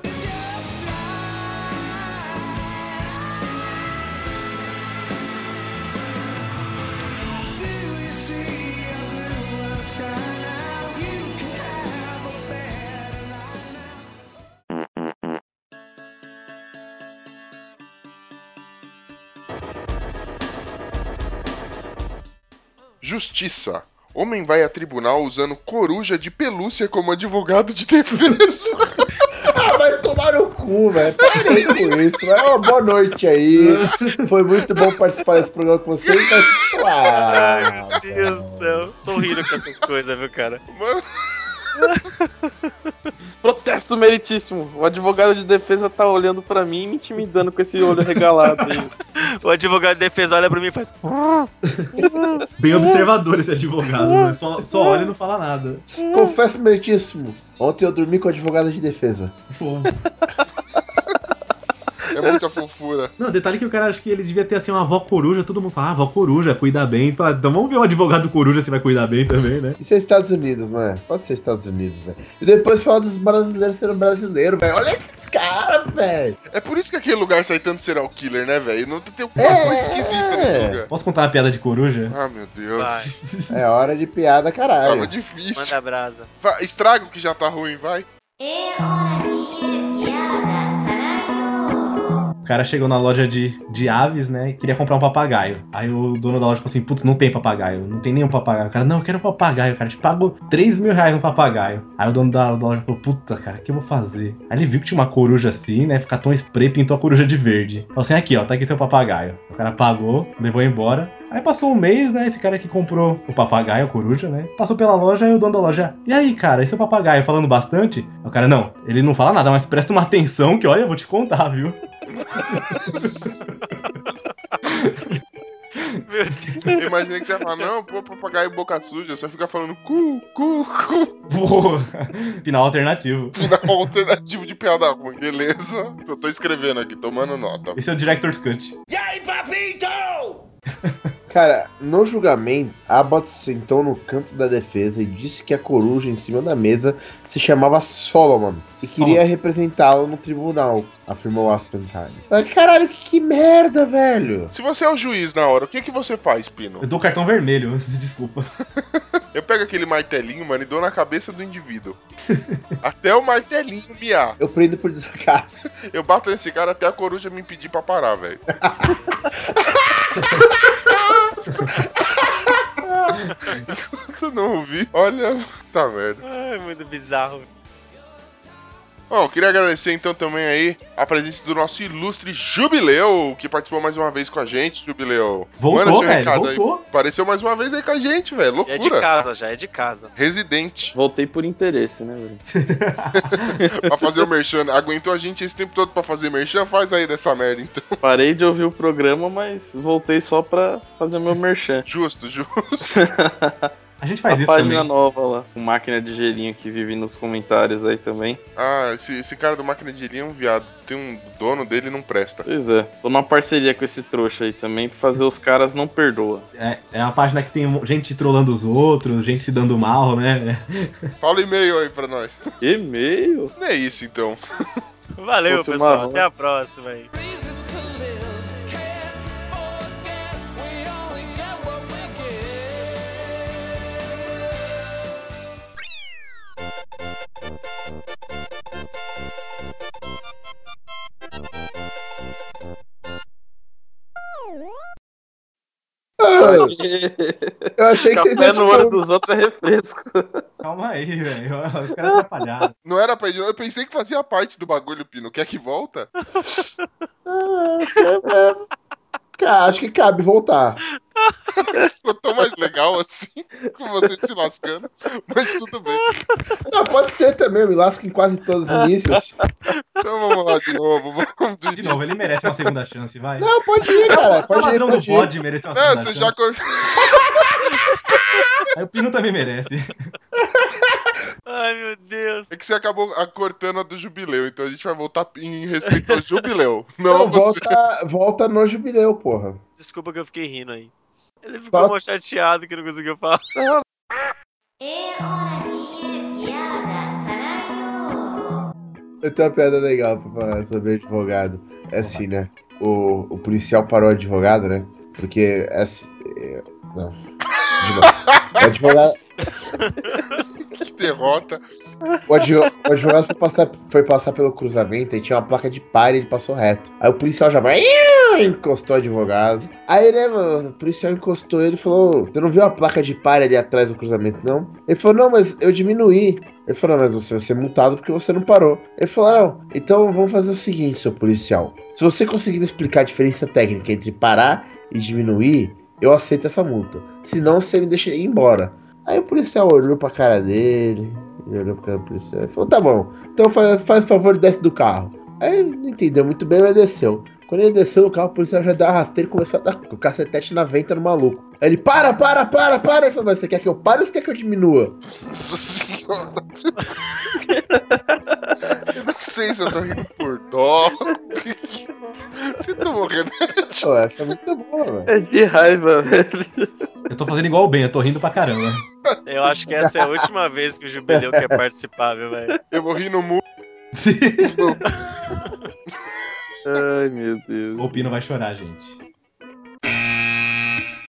Justiça. Homem vai a tribunal usando coruja de pelúcia como advogado de defesa. Ah, vai tomar no cu, velho. Parei com isso, velho. Uma boa noite aí. Foi muito bom participar desse programa com vocês, mas. Ai, meu Deus do céu. Tô rindo com essas coisas, viu, cara? Mano. Protesto meritíssimo. O advogado de defesa tá olhando pra mim e me intimidando com esse olho regalado aí. O advogado de defesa olha pra mim e faz. Bem observador esse advogado, né? só, só olha e não fala nada. Confesso meritíssimo. Ontem eu dormi com a advogada de defesa. Pô. É muita fofura. Não, detalhe que o cara acha que ele devia ter assim uma avó coruja, todo mundo fala, ah, avó coruja, cuida bem. Fala, então vamos ver um advogado coruja se vai cuidar bem também, né? Isso é Estados Unidos, não é? Pode ser Estados Unidos, velho. E depois fala dos brasileiros sendo brasileiros, velho. Olha esses caras, velho. É por isso que aquele lugar sai tanto serial killer, né, velho? Não tem uma É. coisa esquisita nesse lugar. Posso contar uma piada de coruja? Ah, meu Deus. Vai, É hora de piada, caralho. Tava difícil. manda brasa. Va- Estraga o que já tá ruim, vai. O cara chegou na loja de, de aves, né, e queria comprar um papagaio. Aí o dono da loja falou assim, putz, não tem papagaio, não tem nenhum papagaio. O cara, não, eu quero um papagaio, cara, te pago três mil reais no papagaio. Aí o dono da, da loja falou, puta, cara, o que eu vou fazer? Aí ele viu que tinha uma coruja assim, né, ficar tão spray, pintou a coruja de verde. Falou assim, aqui, ó, tá aqui seu papagaio. O cara pagou, levou embora. Aí passou um mês, né, esse cara que comprou o papagaio, a coruja, né, passou pela loja, aí o dono da loja, e aí, cara, esse é o papagaio, falando bastante? Aí o cara, não, ele não fala nada, mas presta uma atenção que, olha, eu vou te contar, viu? Eu imaginei que você ia falar, não, pô, papagaio boca suja, só fica falando cu, cu, cu. Boa. Final alternativo. Final alternativo de piada ruim, beleza? Eu tô escrevendo aqui, tomando nota. Esse é o Director's Cut. E aí, papito? Cara, no julgamento, Abbott sentou no canto da defesa e disse que a coruja em cima da mesa se chamava Solomon e queria representá-lo no tribunal, afirmou Aspentine. Mas caralho, que, que merda, velho. Se você é o juiz na hora, o que que você faz, Pino? Eu dou cartão vermelho, desculpa. Eu pego aquele martelinho, mano, e dou na cabeça do indivíduo. Até o martelinho miar. Eu prendo por desacato. Eu bato nesse cara até a coruja me impedir pra parar, velho. Enquanto eu não ouvi, olha, tá merda. Ai, muito bizarro. Bom, queria agradecer então também aí a presença do nosso ilustre Jubileu, que participou mais uma vez com a gente, Jubileu. Manda Voltou, seu velho, recado aí. voltou. Apareceu mais uma vez aí com a gente, velho, loucura. É de casa já, é de casa. Residente. Voltei por interesse, né, velho? Pra fazer o merchan. Aguentou a gente esse tempo todo pra fazer merchan? Faz aí dessa merda, então. Parei de ouvir o programa, mas voltei só pra fazer meu merchan. Justo, justo. A gente faz a isso página também. nova lá, com máquina de gelinho que vive nos comentários aí também. Ah, esse, esse cara do máquina de gelinho é um viado. Tem um dono dele e não presta. Pois é, tô numa parceria com esse trouxa aí também, pra fazer os caras não perdoa. É, é uma página que tem gente trollando os outros, gente se dando mal, né? Fala e-mail aí pra nós. E-mail? Não é isso, então. Valeu, Fosse pessoal. marrom. Até a próxima aí. Eu achei que vocês Café iam no olho dos outros é refresco. Calma aí, velho. Os caras atrapalharam. Não era pra ir, eu pensei que fazia parte do bagulho, Pino. Quer que volta? Cara, acho que cabe voltar. Ficou tão mais legal assim, com você se lascando. Mas tudo bem. Não, pode ser também, eu me lasco em quase todos os inícios. Então vamos lá de novo. Vamos do De novo, ele merece uma segunda chance, vai. Não, pode ir, cara. O Pode ir, ladrão do pode ir. bode merece uma Não, segunda você chance. já... cor- Aí o Pino também merece. Ai, meu Deus. É que você acabou a- cortando a do jubileu, então a gente vai voltar em respeito ao jubileu. Não, Não, a você. volta, volta no jubileu, porra. Desculpa que eu fiquei rindo aí. Ele ficou Fala. mó chateado que não conseguiu falar. Eu tenho uma piada legal pra falar sobre advogado. É assim, né? O, o policial parou o advogado, né? Porque é assim. é- Não. De novo. O advogado, Que derrota. o advo- o advogado foi passar, foi passar pelo cruzamento e tinha uma placa de pare e ele passou reto. Aí o policial já vai. Encostou o advogado. Aí, né, mano, o policial encostou ele e falou: Você não viu a placa de pare ali atrás do cruzamento, não? Ele falou: Não, mas eu diminuí. Ele falou, mas você vai ser multado porque você não parou. Ele falou, não, então vamos fazer o seguinte, seu policial. Se você conseguir me explicar a diferença técnica entre parar e diminuir, eu aceito essa multa. Senão, você me deixa ir embora. Aí o policial olhou pra cara dele, ele olhou pra cara do policial e falou, tá bom, então faz, faz favor e desce do carro. Aí ele não entendeu muito bem, mas desceu. Quando ele desceu do carro, o policial já deu a rasteira e começou a dar o cacetete na venta no maluco. Aí ele, para, para, para, para. Ele falou, mas você quer que eu pare ou você quer que eu diminua? Nossa senhora. Eu não sei se eu tô rindo por dó. Você tomou remédio? Pô, essa é muito boa, velho. É de raiva, velho. Eu tô fazendo igual o Ben, eu tô rindo pra caramba. Eu acho que essa é a última vez que o Jubileu quer participar, viu, velho? Eu vou rir no mundo. Ai, meu Deus. O Pino vai chorar, gente.